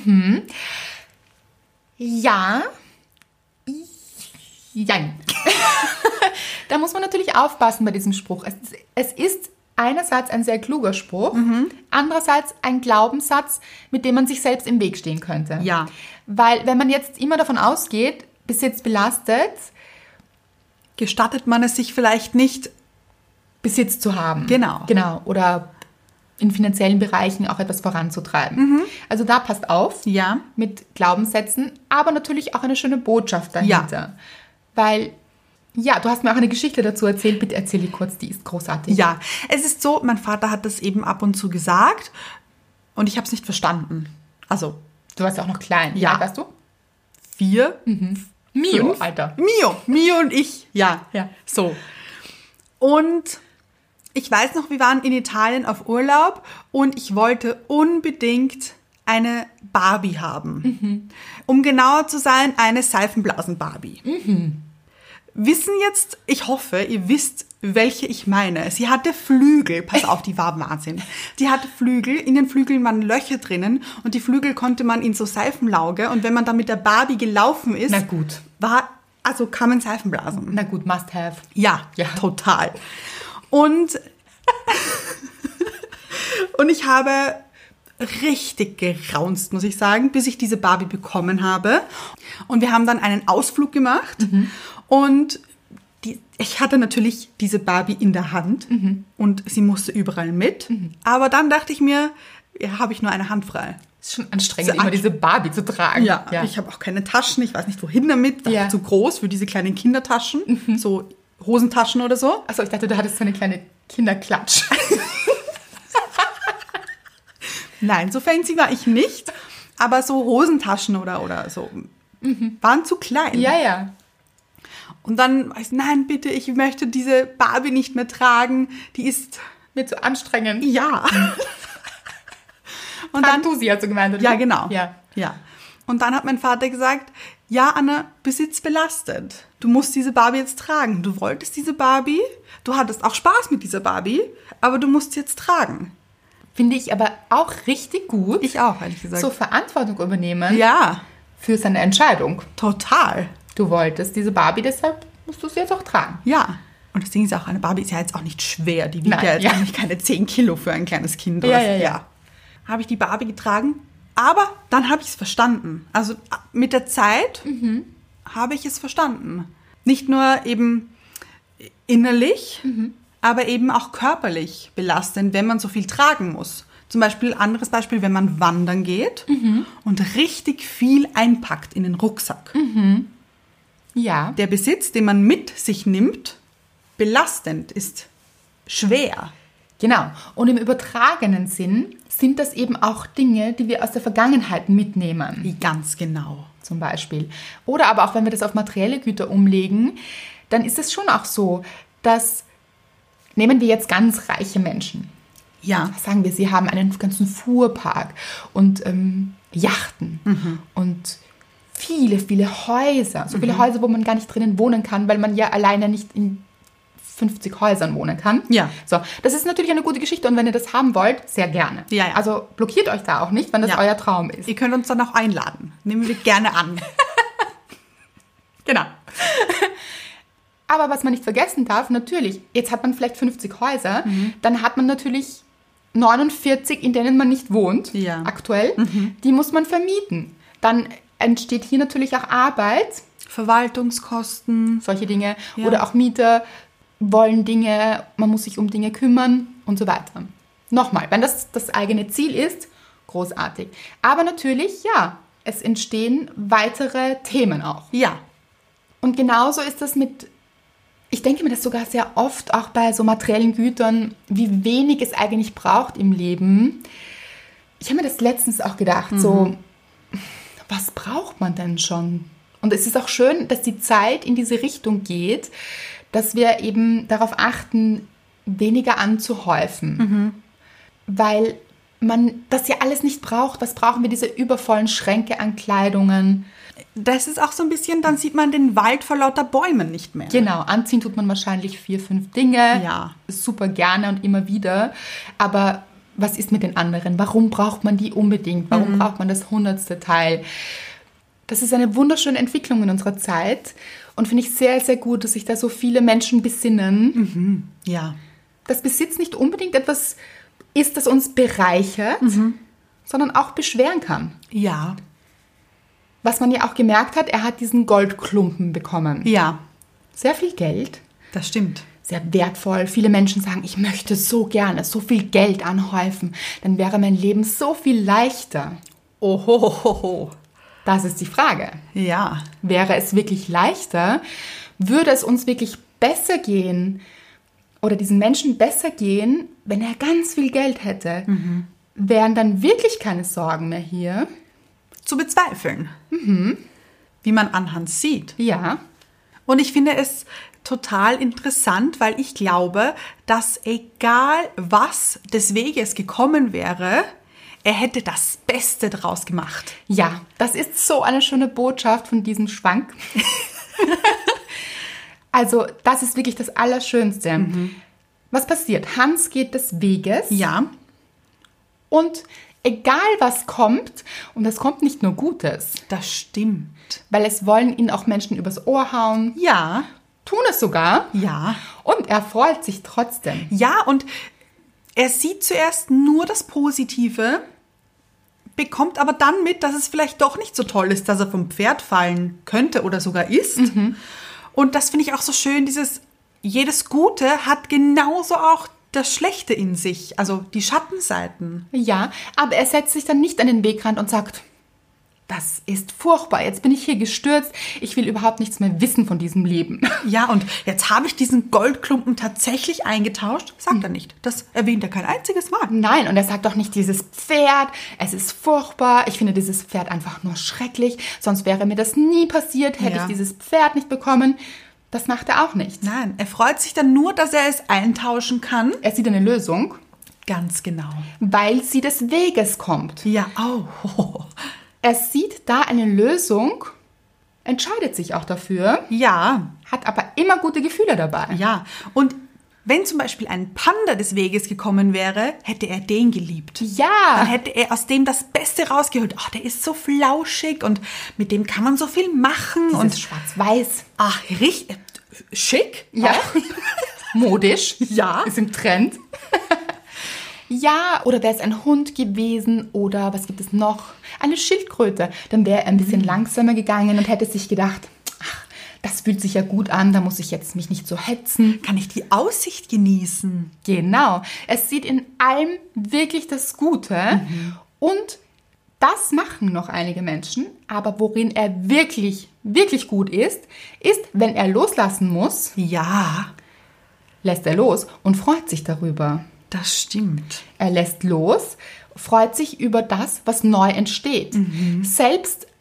Ja. Jein. Da muss man natürlich aufpassen bei diesem Spruch. Es ist einerseits ein sehr kluger Spruch, andererseits ein Glaubenssatz, mit dem man sich selbst im Weg stehen könnte. Ja. Weil wenn man jetzt immer davon ausgeht, Besitz belastet, Gestattet man es sich vielleicht nicht. Besitz zu haben. Genau. Genau. Oder in finanziellen Bereichen auch etwas voranzutreiben. Also da passt auf Ja. mit Glaubenssätzen, aber natürlich auch eine schöne Botschaft dahinter. Ja. Weil, ja, du hast mir auch eine Geschichte dazu erzählt. Bitte erzähl die kurz, die ist großartig. Ja, es ist so, mein Vater hat das eben ab und zu gesagt und ich habe es nicht verstanden. Also Du warst ja auch noch klein. Ja. Wie alt warst du? 4, Mio, 5. Alter. Mio und ich. Ja, Ja. so. Und ich weiß noch, wir waren in Italien auf Urlaub und ich wollte unbedingt eine Barbie haben. Um genauer zu sein, eine Seifenblasen-Barbie. Wissen jetzt, ich hoffe, ihr wisst, welche ich meine. Sie hatte Flügel. Pass auf, die war Wahnsinn. Die hatte Flügel. In den Flügeln waren Löcher drinnen und die Flügel konnte man in so Seifenlauge. Und wenn man dann mit der Barbie gelaufen ist, Na gut. kann man Seifen blasen. Na gut, must have. Ja, Ja. total. Und ich habe richtig geraunzt, muss ich sagen, bis ich diese Barbie bekommen habe. Und wir haben dann einen Ausflug gemacht und ich hatte natürlich diese Barbie in der Hand und sie musste überall mit. Aber dann dachte ich mir, ja, habe ich nur eine Hand frei. Ist schon anstrengend, So immer diese Barbie zu tragen. Ja, ich habe auch keine Taschen, ich weiß nicht wohin damit. Ja. Zu groß für diese kleinen Kindertaschen, so Hosentaschen oder so. Achso, ich dachte, du hattest so eine kleine Kinderklatsch. Nein, so fancy war ich nicht, aber so Hosentaschen oder so waren zu klein. Ja, ja. Und dann war ich, nein, bitte, ich möchte diese Barbie nicht mehr tragen, die ist, Mir zu anstrengend. ja. Und Trag du sie, hast du gemeint, oder? ja, genau. Ja. Ja. Und dann hat mein Vater gesagt, ja, Anna, Besitz belastet. Du musst diese Barbie jetzt tragen. Du wolltest diese Barbie, du hattest auch Spaß mit dieser Barbie, aber du musst sie jetzt tragen. Finde ich aber auch richtig gut, Ich auch, ehrlich gesagt. so Verantwortung übernehmen Ja, für seine Entscheidung. total. Du wolltest diese Barbie, deshalb musst du sie jetzt auch tragen. Ja. Und das Ding ist auch, eine Barbie ist ja jetzt auch nicht schwer. Die wiegt Nein, ja jetzt ja. eigentlich keine 10 Kilo für ein kleines Kind. Ja, oder so. ja, ja. Habe ich die Barbie getragen, aber dann habe ich es verstanden. Also mit der Zeit habe ich es verstanden. Nicht nur eben innerlich, aber eben auch körperlich belastend, wenn man so viel tragen muss. Zum Beispiel, anderes Beispiel, wenn man wandern geht und richtig viel einpackt in den Rucksack. Ja. Der Besitz, den man mit sich nimmt, belastend ist, schwer. Genau. Und im übertragenen Sinn sind das eben auch Dinge, die wir aus der Vergangenheit mitnehmen. Ganz genau. zum Beispiel. Oder aber auch, wenn wir das auf materielle Güter umlegen, dann ist es schon auch so, dass, nehmen wir jetzt ganz reiche Menschen. Ja. Sagen wir, sie haben einen ganzen Fuhrpark und Yachten und viele, viele Häuser. So viele Häuser, wo man gar nicht drinnen wohnen kann, weil man ja alleine nicht in 50 Häusern wohnen kann. Ja. So, das ist natürlich eine gute Geschichte und wenn ihr das haben wollt, sehr gerne. Ja, ja. Also blockiert euch da auch nicht, wenn das euer Traum ist. Ihr könnt uns dann auch einladen. Nehmen wir gerne an. Genau. Aber was man nicht vergessen darf, natürlich, jetzt hat man vielleicht 50 Häuser, dann hat man natürlich 49, in denen man nicht wohnt, aktuell. Die muss man vermieten. Dann entsteht hier natürlich auch Arbeit. Verwaltungskosten. Solche Dinge. Ja. Oder auch Mieter wollen Dinge, man muss sich um Dinge kümmern und so weiter. Nochmal, wenn das das eigene Ziel ist, großartig. Aber natürlich, ja, es entstehen weitere Themen auch. Ja. Und genauso ist das mit, ich denke mir das sogar sehr oft auch bei so materiellen Gütern, wie wenig es eigentlich braucht im Leben. Ich habe mir das letztens auch gedacht, so, was braucht man denn schon? Und es ist auch schön, dass die Zeit in diese Richtung geht, dass wir eben darauf achten, weniger anzuhäufen. Weil man das ja alles nicht braucht. Was brauchen wir, diese übervollen Schränke an Kleidungen? Das ist auch so ein bisschen, dann sieht man den Wald vor lauter Bäumen nicht mehr. Genau, anziehen tut man wahrscheinlich 4, 5 Dinge. Ja. Super gerne und immer wieder. Aber was ist mit den anderen? Warum braucht man die unbedingt? Warum braucht man das 100. Teil? Das ist eine wunderschöne Entwicklung in unserer Zeit und finde ich sehr, sehr gut, dass sich da so viele Menschen besinnen. Ja. Dass Besitz nicht unbedingt etwas ist, das uns bereichert, sondern auch beschweren kann. Ja. Was man ja auch gemerkt hat, er hat diesen Goldklumpen bekommen. Ja. Sehr viel Geld. Das stimmt. Sehr wertvoll. Viele Menschen sagen, ich möchte so gerne so viel Geld anhäufen. Dann wäre mein Leben so viel leichter. Ohohoho. Das ist die Frage. Ja. Wäre es wirklich leichter? Würde es uns wirklich besser gehen oder diesen Menschen besser gehen, wenn er ganz viel Geld hätte? Wären dann wirklich keine Sorgen mehr hier? Zu bezweifeln. Wie man anhand sieht. Ja. Und ich finde es total interessant, weil ich glaube, dass egal was des Weges gekommen wäre, er hätte das Beste draus gemacht. Ja, das ist so eine schöne Botschaft von diesem Schwank. Also, das ist wirklich das Allerschönste. Was passiert? Hans geht des Weges. Ja. Und egal was kommt, und es kommt nicht nur Gutes. Das stimmt. Weil es wollen ihn auch Menschen übers Ohr hauen. Ja. Tun es sogar. Ja. Und er freut sich trotzdem. Ja, und er sieht zuerst nur das Positive, bekommt aber dann mit, dass es vielleicht doch nicht so toll ist, dass er vom Pferd fallen könnte oder sogar ist. Und das finde ich auch so schön, jedes Gute hat genauso auch das Schlechte in sich, also die Schattenseiten. Ja, aber er setzt sich dann nicht an den Wegrand und sagt, das ist furchtbar, jetzt bin ich hier gestürzt, ich will überhaupt nichts mehr wissen von diesem Leben. Ja, und jetzt habe ich diesen Goldklumpen tatsächlich eingetauscht, sagt er nicht. Das erwähnt er kein einziges Mal. Nein, und er sagt auch nicht, dieses Pferd, es ist furchtbar, ich finde dieses Pferd einfach nur schrecklich, sonst wäre mir das nie passiert, hätte ich dieses Pferd nicht bekommen. Das macht er auch nicht. Nein, er freut sich dann nur, dass er es eintauschen kann. Er sieht eine Lösung. Ganz genau. Weil sie des Weges kommt. Ja, oh. Er sieht da eine Lösung, entscheidet sich auch dafür. Ja. Hat aber immer gute Gefühle dabei. Ja, und wenn zum Beispiel ein Panda des Weges gekommen wäre, hätte er den geliebt. Ja. Dann hätte er aus dem das Beste rausgeholt. Ach, der ist so flauschig und mit dem kann man so viel machen. Dieses und schwarz-weiß. Ach, richtig schick. Ja. Auch. Modisch. Ja. Ist im Trend. Ja, oder wäre es ein Hund gewesen oder was gibt es noch? Eine Schildkröte. Dann wäre er ein bisschen langsamer gegangen und hätte sich gedacht, ach, das fühlt sich ja gut an, da muss ich jetzt mich nicht so hetzen. Kann ich die Aussicht genießen? Genau. Es sieht in allem wirklich das Gute und das machen noch einige Menschen, aber worin er wirklich, wirklich gut ist, wenn er loslassen muss, Ja, lässt er los und freut sich darüber. das stimmt. Er lässt los, freut sich über das, was neu entsteht. Selbst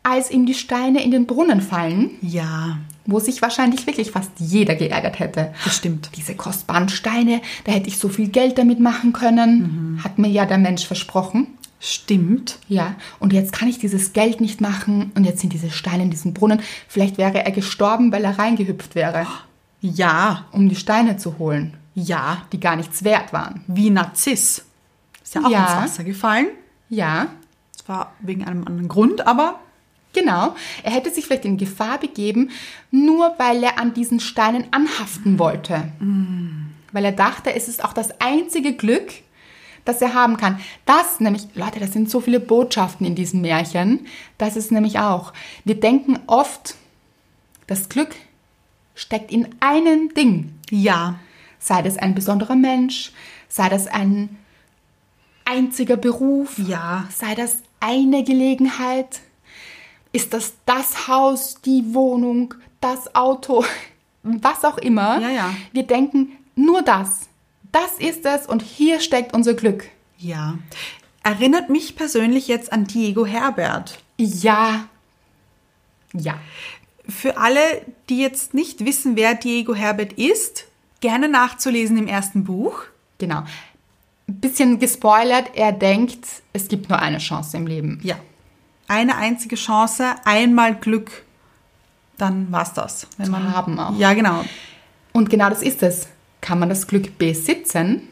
als ihm die Steine in den Brunnen fallen, Ja, wo sich wahrscheinlich wirklich fast jeder geärgert hätte. bestimmt. Diese kostbaren Steine, da hätte ich so viel Geld damit machen können, hat mir ja der Mensch versprochen. Stimmt. Ja, und jetzt kann ich dieses Geld nicht machen und jetzt sind diese Steine in diesem Brunnen. Vielleicht wäre er gestorben, weil er reingehüpft wäre, Ja, um die Steine zu holen, ja. die gar nichts wert waren. Wie Narziss. Ist ja auch Ja. ins Wasser gefallen. Ja, Zwar wegen einem anderen Grund, aber genau. Er hätte sich vielleicht in Gefahr begeben, nur weil er an diesen Steinen anhaften wollte. Weil er dachte, es ist auch das einzige Glück, das er haben kann. Das nämlich, Leute, das sind so viele Botschaften in diesem Märchen. Das ist nämlich auch. Wir denken oft, das Glück steckt in einem Ding. ja. Sei das ein besonderer Mensch, sei das ein einziger Beruf, Ja. sei das eine Gelegenheit, ist das Haus, die Wohnung, das Auto, was auch immer. Ja, ja. Wir denken, nur das ist es und hier steckt unser Glück. Ja. Erinnert mich persönlich jetzt an Diego Herbert. Ja. Ja. Für alle, die jetzt nicht wissen, wer Diego Herbert ist, gerne nachzulesen im ersten Buch. Genau. Ein bisschen gespoilert, er denkt, es gibt nur eine Chance im Leben. Ja. Eine einzige Chance, einmal Glück, dann war's das. Wenn Zu man haben auch. Ja, genau. Und genau das ist es. Kann man das Glück besitzen?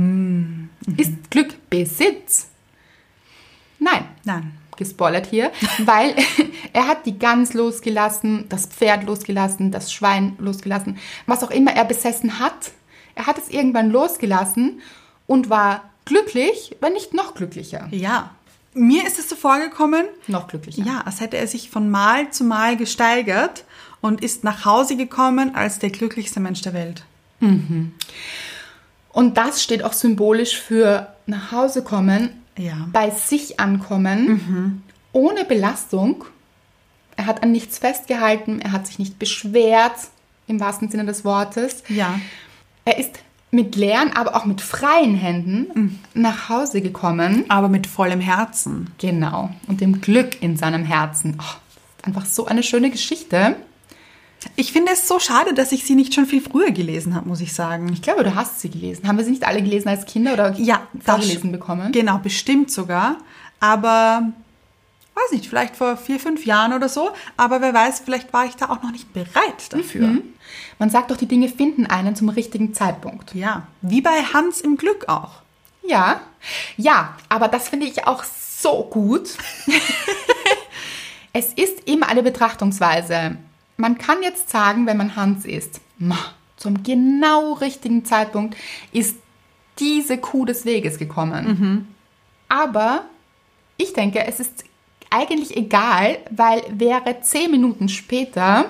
Ist Glück Besitz? Nein. Nein. Gespoilert hier, weil er hat die Gans losgelassen, das Pferd losgelassen, das Schwein losgelassen, was auch immer er besessen hat. Er hat es irgendwann losgelassen und war glücklich, wenn nicht noch glücklicher. Ja. Mir ist es so vorgekommen, Noch glücklicher. ja, als hätte er sich von Mal zu Mal gesteigert und ist nach Hause gekommen als der glücklichste Mensch der Welt. Und das steht auch symbolisch für nach Hause kommen, Ja. bei sich ankommen, ohne Belastung. Er hat an nichts festgehalten, er hat sich nicht beschwert, im wahrsten Sinne des Wortes. Ja. Er ist mit leeren, aber auch mit freien Händen nach Hause gekommen. Aber mit vollem Herzen. Genau. Und dem Glück in seinem Herzen. Oh, einfach so eine schöne Geschichte. Ich finde es so schade, dass ich sie nicht schon viel früher gelesen habe, muss ich sagen. Ich glaube, du hast sie gelesen. Haben wir sie nicht alle gelesen als Kinder oder Ja, vorgelesen bekommen? Genau, bestimmt sogar. Aber, weiß nicht, vielleicht vor 4, 5 Jahren oder so. Aber wer weiß, vielleicht war ich da auch noch nicht bereit dafür. Man sagt doch, die Dinge finden einen zum richtigen Zeitpunkt. Ja, wie bei Hans im Glück auch. Ja, ja, aber das finde ich auch so gut. Es ist immer eine Betrachtungsweise. Man kann jetzt sagen, wenn man Hans ist, zum genau richtigen Zeitpunkt ist diese Kuh des Weges gekommen. Aber ich denke, es ist eigentlich egal, weil wäre 10 Minuten später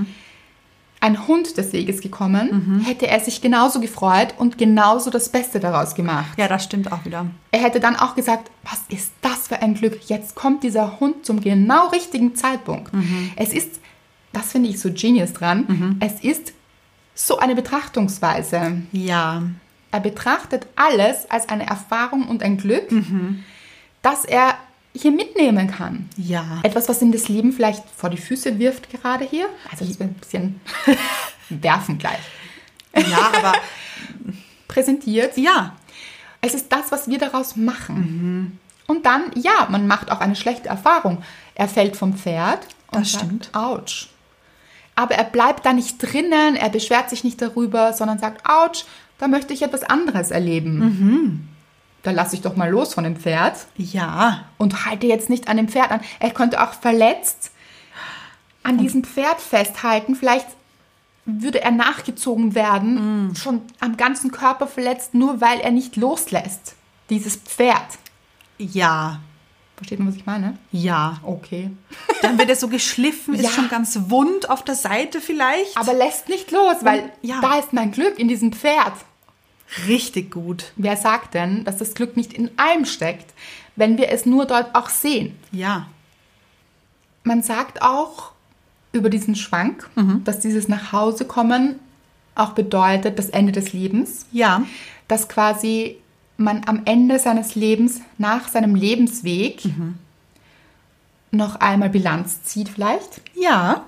ein Hund des Weges gekommen, hätte er sich genauso gefreut und genauso das Beste daraus gemacht. Ja, das stimmt auch wieder. Er hätte dann auch gesagt, was ist das für ein Glück? Jetzt kommt dieser Hund zum genau richtigen Zeitpunkt. Es ist, das finde ich so genius dran, es ist so eine Betrachtungsweise. Ja, Er betrachtet alles als eine Erfahrung und ein Glück, das er hier mitnehmen kann. ja. Etwas, was ihm das Leben vielleicht vor die Füße wirft gerade hier. Also das wird ein bisschen werfen gleich. Ja, aber Präsentiert. ja, Es ist das, was wir daraus machen. Und dann, ja, man macht auch eine schlechte Erfahrung. Er fällt vom Pferd und Das sagt, stimmt. Autsch. Aber er bleibt da nicht drinnen, er beschwert sich nicht darüber, sondern sagt, Autsch, da möchte ich etwas anderes erleben. Da lasse ich doch mal los von dem Pferd ja, und halte jetzt nicht an dem Pferd an. Er könnte auch verletzt an diesem Pferd festhalten. Vielleicht würde er nachgezogen werden, schon am ganzen Körper verletzt, nur weil er nicht loslässt. Dieses Pferd. ja, Versteht man, was ich meine? ja. Okay. Dann wird er so geschliffen, Ja. ist schon ganz wund auf der Seite vielleicht. Aber lässt nicht los, weil Ja. da ist mein Glück in diesem Pferd. Richtig gut. Wer sagt denn, dass das Glück nicht in allem steckt, wenn wir es nur dort auch sehen? Ja, Man sagt auch über diesen Schwank, dass dieses Nachhausekommen auch bedeutet das Ende des Lebens. ja, Dass quasi man am Ende seines Lebens, nach seinem Lebensweg, noch einmal Bilanz zieht vielleicht. Ja,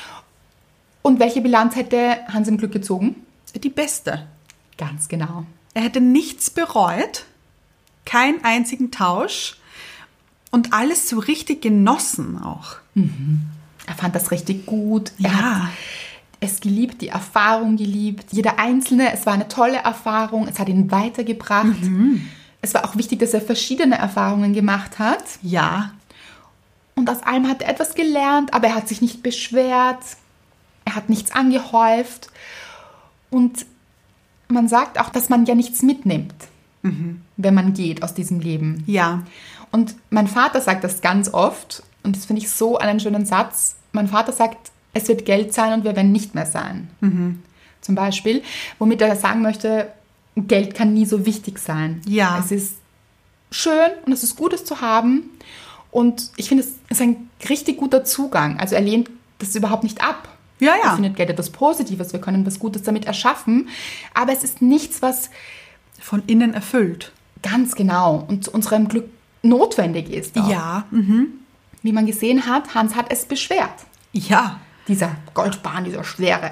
Und welche Bilanz hätte Hans im Glück gezogen? die beste. Ganz genau. Er hätte nichts bereut, keinen einzigen Tausch und alles so richtig genossen auch. Er fand das richtig gut. Er Ja. hat es geliebt, die Erfahrung geliebt. Jeder Einzelne, es war eine tolle Erfahrung. Es hat ihn weitergebracht. Es war auch wichtig, dass er verschiedene Erfahrungen gemacht hat. Ja, Und aus allem hat er etwas gelernt, aber er hat sich nicht beschwert. Er hat nichts angehäuft. Und man sagt auch, dass man ja nichts mitnimmt, wenn man geht aus diesem Leben. ja, Und mein Vater sagt das ganz oft. Und das finde ich so einen schönen Satz. Mein Vater sagt, es wird Geld sein und wir werden nicht mehr sein. Zum Beispiel, womit er sagen möchte, Geld kann nie so wichtig sein. Ja. Es ist schön und es ist gut, es zu haben. Und ich finde, es ist ein richtig guter Zugang. Also er lehnt das überhaupt nicht ab. Ja, ja. Er findet Geld etwas Positives, wir können was Gutes damit erschaffen. Aber es ist nichts, was von innen erfüllt. ganz genau und zu unserem Glück notwendig ist. Auch. Ja, Wie man gesehen hat, Hans hat es beschwert. ja, Dieser Goldbahn, dieser Schwere.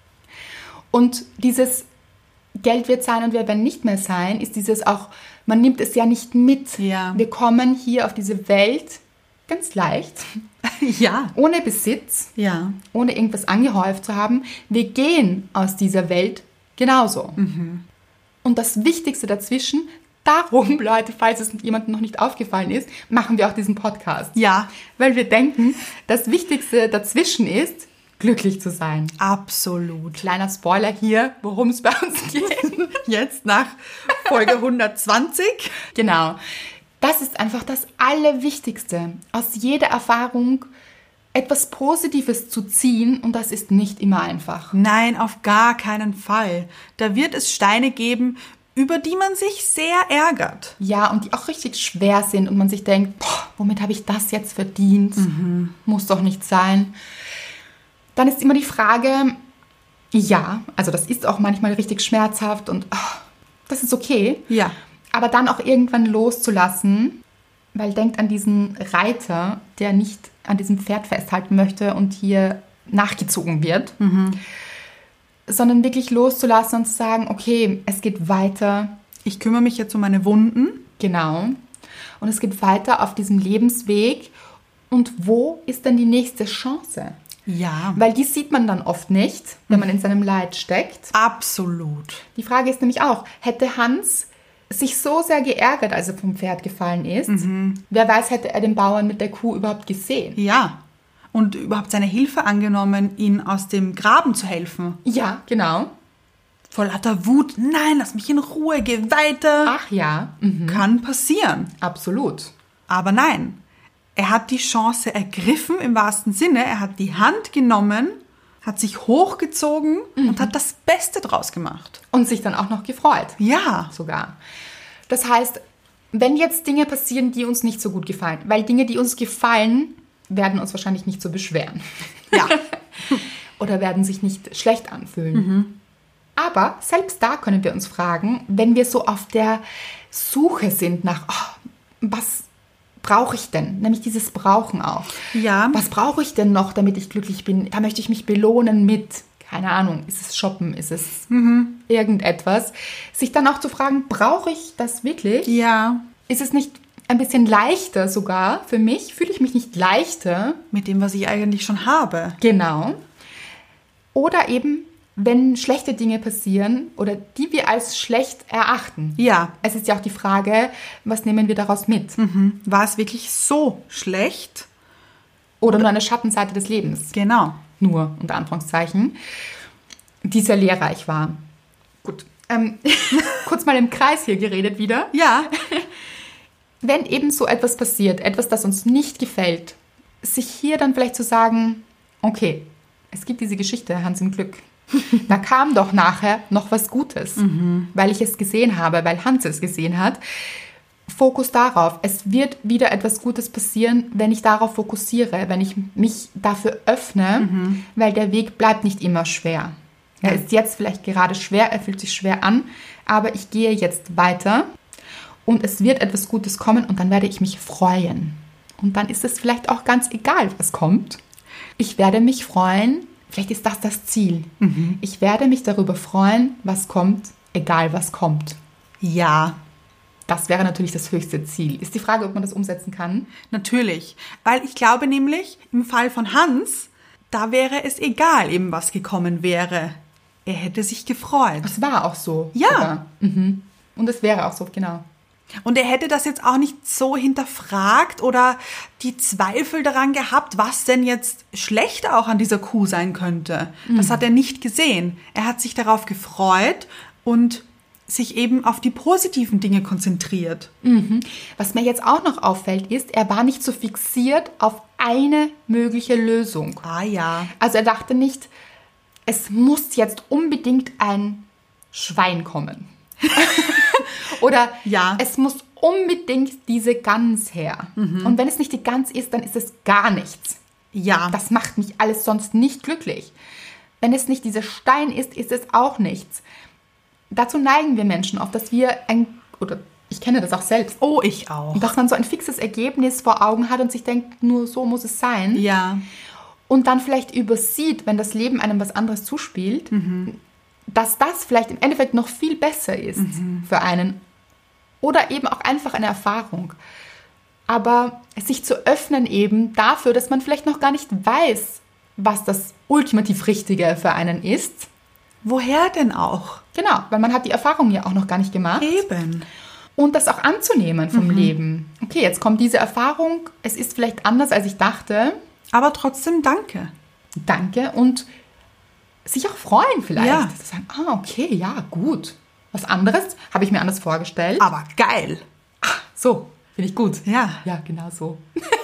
Und dieses Geld wird sein und wir werden nicht mehr sein, ist dieses auch, man nimmt es ja nicht mit. Ja. Wir kommen hier auf diese Welt ganz leicht, ja, ohne Besitz, ja, ohne irgendwas angehäuft zu haben. Wir gehen aus dieser Welt genauso. Und das Wichtigste dazwischen, darum, Leute, falls es jemandem noch nicht aufgefallen ist, machen wir auch diesen Podcast. ja, Weil wir denken, das Wichtigste dazwischen ist, glücklich zu sein. absolut. Kleiner Spoiler hier, worum es bei uns geht. Jetzt nach Folge 120. Genau. Das ist einfach das Allerwichtigste. Aus jeder Erfahrung etwas Positives zu ziehen und das ist nicht immer einfach. Nein, auf gar keinen Fall. Da wird es Steine geben, über die man sich sehr ärgert. Ja, und die auch richtig schwer sind und man sich denkt, boah, womit habe ich das jetzt verdient? Muss doch nicht sein. Dann ist immer die Frage, ja, also das ist auch manchmal richtig schmerzhaft und das ist okay. Ja, Aber dann auch irgendwann loszulassen, weil denkt an diesen Reiter, der nicht an diesem Pferd festhalten möchte und hier nachgezogen wird, sondern wirklich loszulassen und zu sagen, okay, es geht weiter, ich kümmere mich jetzt um meine Wunden. genau, und es geht weiter auf diesem Lebensweg. Und wo ist denn die nächste Chance? Ja, Weil die sieht man dann oft nicht, wenn man in seinem Leid steckt. absolut. Die Frage ist nämlich auch, hätte Hans sich so sehr geärgert, als er vom Pferd gefallen ist, wer weiß, hätte er den Bauern mit der Kuh überhaupt gesehen? Ja, und überhaupt seine Hilfe angenommen, ihn aus dem Graben zu helfen. Ja, genau. Vor lauter Wut, nein, lass mich in Ruhe, geh weiter. Ach ja, Kann passieren. absolut. Aber nein, er hat die Chance ergriffen im wahrsten Sinne. Er hat die Hand genommen, hat sich hochgezogen und hat das Beste draus gemacht. Und sich dann auch noch gefreut. Ja, Sogar. Das heißt, wenn jetzt Dinge passieren, die uns nicht so gut gefallen, weil Dinge, die uns gefallen, werden uns wahrscheinlich nicht so beschweren. ja, Oder werden sich nicht schlecht anfühlen. Aber selbst da können wir uns fragen, wenn wir so auf der Suche sind nach, was brauche ich denn? Nämlich dieses Brauchen auch. ja. Was brauche ich denn noch, damit ich glücklich bin? Da möchte ich mich belohnen mit, keine Ahnung, ist es Shoppen, ist es irgendetwas? Sich dann auch zu fragen, brauche ich das wirklich? Ja, Ist es nicht ein bisschen leichter sogar für mich? Fühle ich mich nicht leichter? mit dem, was ich eigentlich schon habe. Genau. Oder eben, wenn schlechte Dinge passieren oder die wir als schlecht erachten. Ja, Es ist ja auch die Frage, was nehmen wir daraus mit? war es wirklich so schlecht? Oder nur eine Schattenseite des Lebens. Genau. Nur, unter Anführungszeichen, die sehr lehrreich war. Gut. Kurz mal im Kreis hier geredet wieder. Ja, Wenn eben so etwas passiert, etwas, das uns nicht gefällt, sich hier dann vielleicht zu sagen, okay, es gibt diese Geschichte, Hans im Glück. Da kam doch nachher noch was Gutes, weil ich es gesehen habe, weil Hans es gesehen hat. Fokus darauf. Es wird wieder etwas Gutes passieren, wenn ich darauf fokussiere, wenn ich mich dafür öffne, weil der Weg bleibt nicht immer schwer. Er ist jetzt vielleicht gerade schwer, er fühlt sich schwer an, aber ich gehe jetzt weiter und es wird etwas Gutes kommen und dann werde ich mich freuen. Und dann ist es vielleicht auch ganz egal, was kommt. Ich werde mich freuen, vielleicht ist das Ziel. Ich werde mich darüber freuen, was kommt, egal was kommt. Ja, Das wäre natürlich das höchste Ziel. Ist die Frage, ob man das umsetzen kann? natürlich. Weil ich glaube nämlich, im Fall von Hans, da wäre es egal, eben was gekommen wäre. Er hätte sich gefreut. Es war auch so. Ja. Sogar. Und es wäre auch so, genau. Und er hätte das jetzt auch nicht so hinterfragt oder die Zweifel daran gehabt, was denn jetzt schlecht auch an dieser Kuh sein könnte. Das hat er nicht gesehen. Er hat sich darauf gefreut und sich eben auf die positiven Dinge konzentriert. Was mir jetzt auch noch auffällt, ist, er war nicht so fixiert auf eine mögliche Lösung. Ah ja. Also er dachte nicht, es muss jetzt unbedingt ein Schwein kommen. Oder Ja. es muss unbedingt diese Gans her. Und wenn es nicht die Gans ist, dann ist es gar nichts. Ja. Das macht mich alles sonst nicht glücklich. Wenn es nicht dieser Stein ist, ist es auch nichts. Dazu neigen wir Menschen oft, dass wir oder ich kenne das auch selbst, Oh, ich auch. dass man so ein fixes Ergebnis vor Augen hat und sich denkt, nur so muss es sein. Ja. Und dann vielleicht übersieht, wenn das Leben einem was anderes zuspielt, dass das vielleicht im Endeffekt noch viel besser ist für einen. Oder eben auch einfach eine Erfahrung. Aber sich zu öffnen eben dafür, dass man vielleicht noch gar nicht weiß, was das ultimativ Richtige für einen ist. Woher denn auch? Genau, weil man hat die Erfahrung ja auch noch gar nicht gemacht. Eben. Und das auch anzunehmen vom Leben. Okay, jetzt kommt diese Erfahrung, es ist vielleicht anders, als ich dachte. Aber trotzdem danke. Danke und sich auch freuen vielleicht. Ja. Zu sagen, okay, ja, gut. Was anderes habe ich mir anders vorgestellt. Aber geil. So, finde ich gut. Ja. Ja, genau so.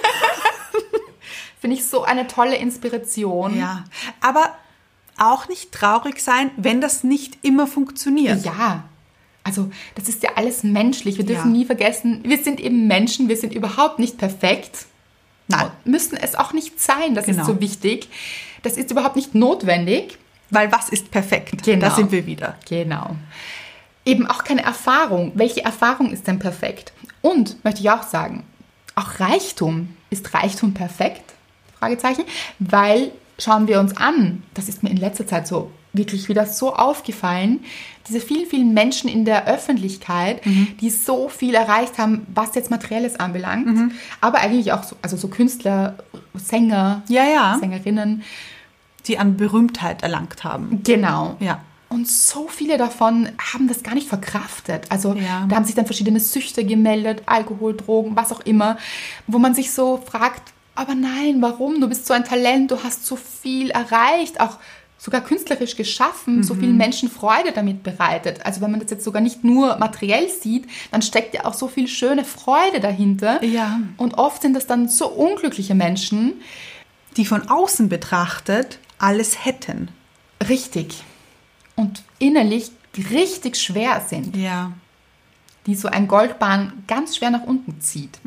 Finde ich so eine tolle Inspiration. Ja. Aber auch nicht traurig sein, wenn das nicht immer funktioniert. Ja. Also, das ist ja alles menschlich. Wir dürfen Ja. nie vergessen, wir sind eben Menschen, wir sind überhaupt nicht perfekt. Nein. Müssen es auch nicht sein, das Genau. ist so wichtig. Das ist überhaupt nicht notwendig. Weil was ist perfekt? Genau. Da sind wir wieder. Genau. Eben auch keine Erfahrung. Welche Erfahrung ist denn perfekt? Und, möchte ich auch sagen, auch Reichtum. Ist Reichtum perfekt? Fragezeichen. Weil, schauen wir uns an, das ist mir in letzter Zeit so wirklich wieder so aufgefallen, diese vielen, vielen Menschen in der Öffentlichkeit, die so viel erreicht haben, was jetzt Materielles anbelangt, aber eigentlich auch so, also so Künstler, Sänger, Ja. Sängerinnen. Die an Berühmtheit erlangt haben. Genau. Ja. Und so viele davon haben das gar nicht verkraftet. Also Ja. da haben sich dann verschiedene Süchte gemeldet, Alkohol, Drogen, was auch immer, wo man sich so fragt, aber nein, warum? Du bist so ein Talent, du hast so viel erreicht, auch sogar künstlerisch geschaffen, so vielen Menschen Freude damit bereitet. Also wenn man das jetzt sogar nicht nur materiell sieht, dann steckt ja auch so viel schöne Freude dahinter. Ja. Und oft sind das dann so unglückliche Menschen. Die von außen betrachtet alles hätten. Richtig. Und innerlich richtig schwer sind. Ja. Die so ein Goldbahn ganz schwer nach unten zieht.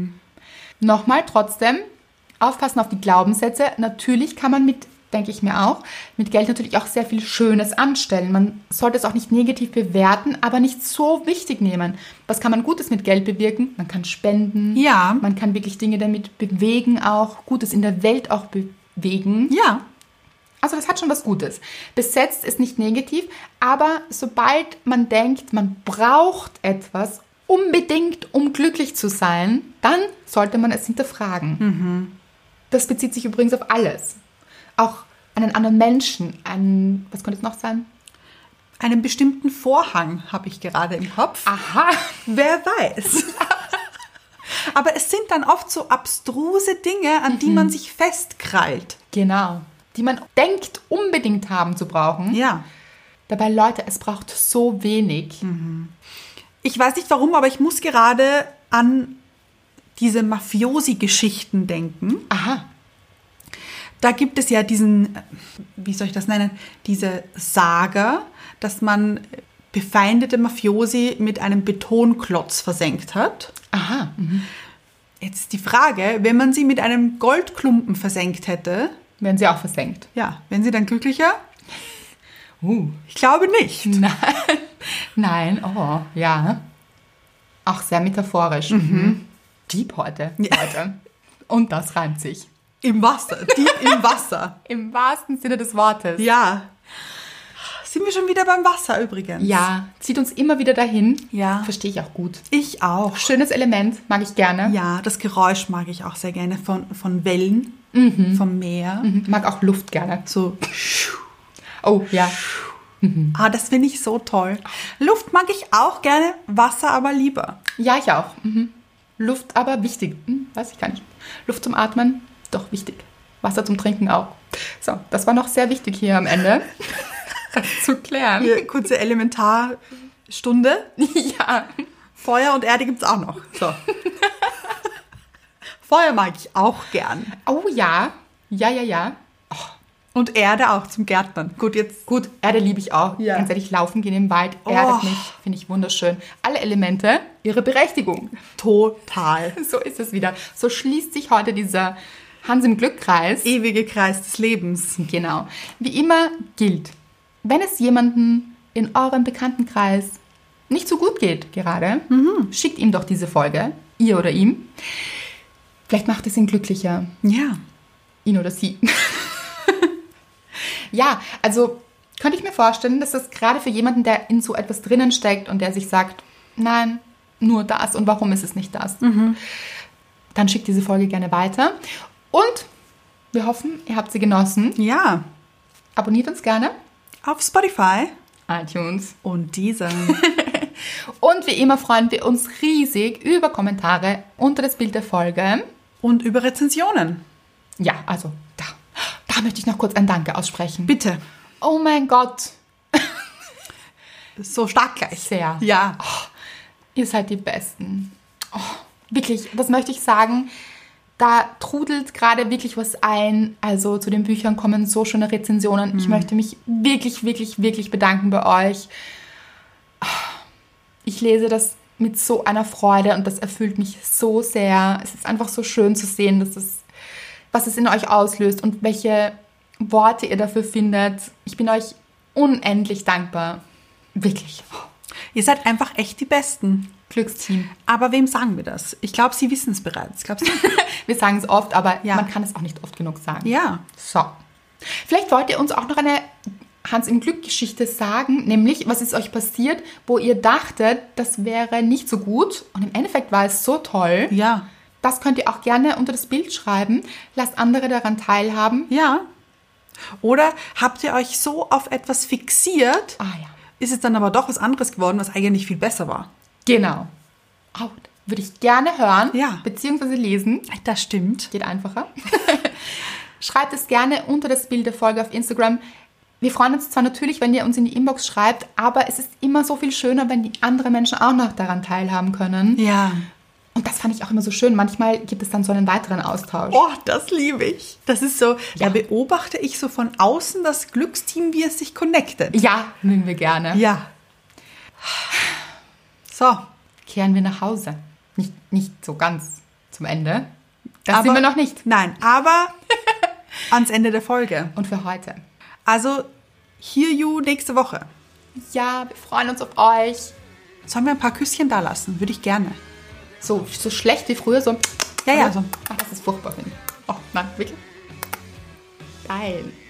Nochmal trotzdem, aufpassen auf die Glaubenssätze. Natürlich kann man denke ich mir auch, mit Geld natürlich auch sehr viel Schönes anstellen. Man sollte es auch nicht negativ bewerten, aber nicht so wichtig nehmen. Was kann man Gutes mit Geld bewirken? Man kann spenden. Ja. Man kann wirklich Dinge damit bewegen, auch Gutes in der Welt auch bewegen. Ja. Also das hat schon was Gutes. Besetzt ist nicht negativ, aber sobald man denkt, man braucht etwas unbedingt, um glücklich zu sein, dann sollte man es hinterfragen. Das bezieht sich übrigens auf alles. Auch einen anderen Menschen, was könnte es noch sein? Einen bestimmten Vorhang habe ich gerade im Kopf. Aha, Wer weiß. Aber es sind dann oft so abstruse Dinge, an die man sich festkrallt. genau. Die man denkt, unbedingt haben zu brauchen. Ja. Dabei, Leute, es braucht so wenig. Ich weiß nicht warum, aber ich muss gerade an diese Mafiosi-Geschichten denken. Aha. Da gibt es ja diesen, wie soll ich das nennen, diese Saga, dass man befeindete Mafiosi mit einem Betonklotz versenkt hat. Aha. Jetzt ist die Frage, wenn man sie mit einem Goldklumpen versenkt hätte, Werden sie auch versenkt. ja, wären sie dann glücklicher? Ich glaube nicht. Nein, oh, ja. Auch sehr metaphorisch. Deep heute, Leute. Und das reimt sich. Im Wasser, tief im Wasser. Im wahrsten Sinne des Wortes. Ja. Sind wir schon wieder beim Wasser übrigens? Ja, zieht uns immer wieder dahin. Ja. Verstehe ich auch gut. Ich auch. Schönes Element, mag ich gerne. Ja, das Geräusch mag ich auch sehr gerne von Wellen, vom Meer. Mag auch Luft gerne. So. Oh, ja. Das finde ich so toll. Luft mag ich auch gerne, Wasser aber lieber. Ja, ich auch. Luft aber wichtig. Weiß ich gar nicht. Luft zum Atmen, doch wichtig. Wasser zum Trinken auch. So, das war noch sehr wichtig hier am Ende. Das zu klären. Hier, kurze Elementarstunde. Ja. Feuer und Erde gibt es auch noch. So. Feuer mag ich auch gern. Oh ja. Ja. Und Erde auch zum Gärtnern. Gut, jetzt. Gut, Erde liebe ich auch. Ja. Ganz ehrlich, laufen gehen im Wald, erdet mich, finde ich wunderschön. Alle Elemente, ihre Berechtigung. Total. So ist es wieder. So schließt sich heute dieser Hans im Glück-Kreis. Ewige Kreis des Lebens. Genau. Wie immer gilt, wenn es jemanden in eurem Bekanntenkreis nicht so gut geht gerade, schickt ihm doch diese Folge, ihr oder ihm. Vielleicht macht es ihn glücklicher. Ja. Ihn oder sie. Ja, also könnte ich mir vorstellen, dass das gerade für jemanden, der in so etwas drinnen steckt und der sich sagt, nein, nur das und warum ist es nicht das? Dann schickt diese Folge gerne weiter. Und wir hoffen, ihr habt sie genossen. Ja. Abonniert uns gerne. Auf Spotify. iTunes. Und dieser. Und wie immer freuen wir uns riesig über Kommentare unter das Bild der Folge. Und über Rezensionen. Ja, also da möchte ich noch kurz ein Danke aussprechen. Bitte. Oh mein Gott. So stark gleich. Sehr. Ja. Ihr seid die Besten. Oh, wirklich, das möchte ich sagen. Da trudelt gerade wirklich was ein. Also zu den Büchern kommen so schöne Rezensionen. Ich möchte mich wirklich, wirklich, wirklich bedanken bei euch. Ich lese das mit so einer Freude und das erfüllt mich so sehr. Es ist einfach so schön zu sehen, was es in euch auslöst und welche Worte ihr dafür findet. Ich bin euch unendlich dankbar. Wirklich. Ihr seid einfach echt die Besten. Glücksteam. Aber wem sagen wir das? Ich glaube, Sie wissen es bereits. Glaubst du? Wir sagen es oft, aber Ja. man kann es auch nicht oft genug sagen. Ja. So. Vielleicht wollt ihr uns auch noch eine Hans im Glück-Geschichte sagen, nämlich, was ist euch passiert, wo ihr dachtet, das wäre nicht so gut und im Endeffekt war es so toll. Ja. Das könnt ihr auch gerne unter das Bild schreiben. Lasst andere daran teilhaben. Ja. Oder habt ihr euch so auf etwas fixiert, Ah ja. ist es dann aber doch was anderes geworden, was eigentlich viel besser war? Genau. Oh, würde ich gerne hören, Ja. beziehungsweise lesen. Das stimmt. Geht einfacher. Schreibt es gerne unter das Bild der Folge auf Instagram. Wir freuen uns zwar natürlich, wenn ihr uns in die Inbox schreibt, aber es ist immer so viel schöner, wenn die anderen Menschen auch noch daran teilhaben können. Ja. Und das fand ich auch immer so schön. Manchmal gibt es dann so einen weiteren Austausch. Oh, das liebe ich. Das ist so, da beobachte ich so von außen das Glücksteam, wie es sich connectet. Ja, mögen wir gerne. Ja. So. Kehren wir nach Hause. Nicht so ganz zum Ende. Das Aber- sind wir noch nicht. Nein, aber ans Ende der Folge. Und für heute. Also, hear you nächste Woche. Ja, wir freuen uns auf euch. Sollen wir ein paar Küsschen da lassen? Würde ich gerne. So schlecht wie früher, so. Ja, ja, so. Ach, das ist furchtbar, finde ich. Oh, nein, wirklich? Geil.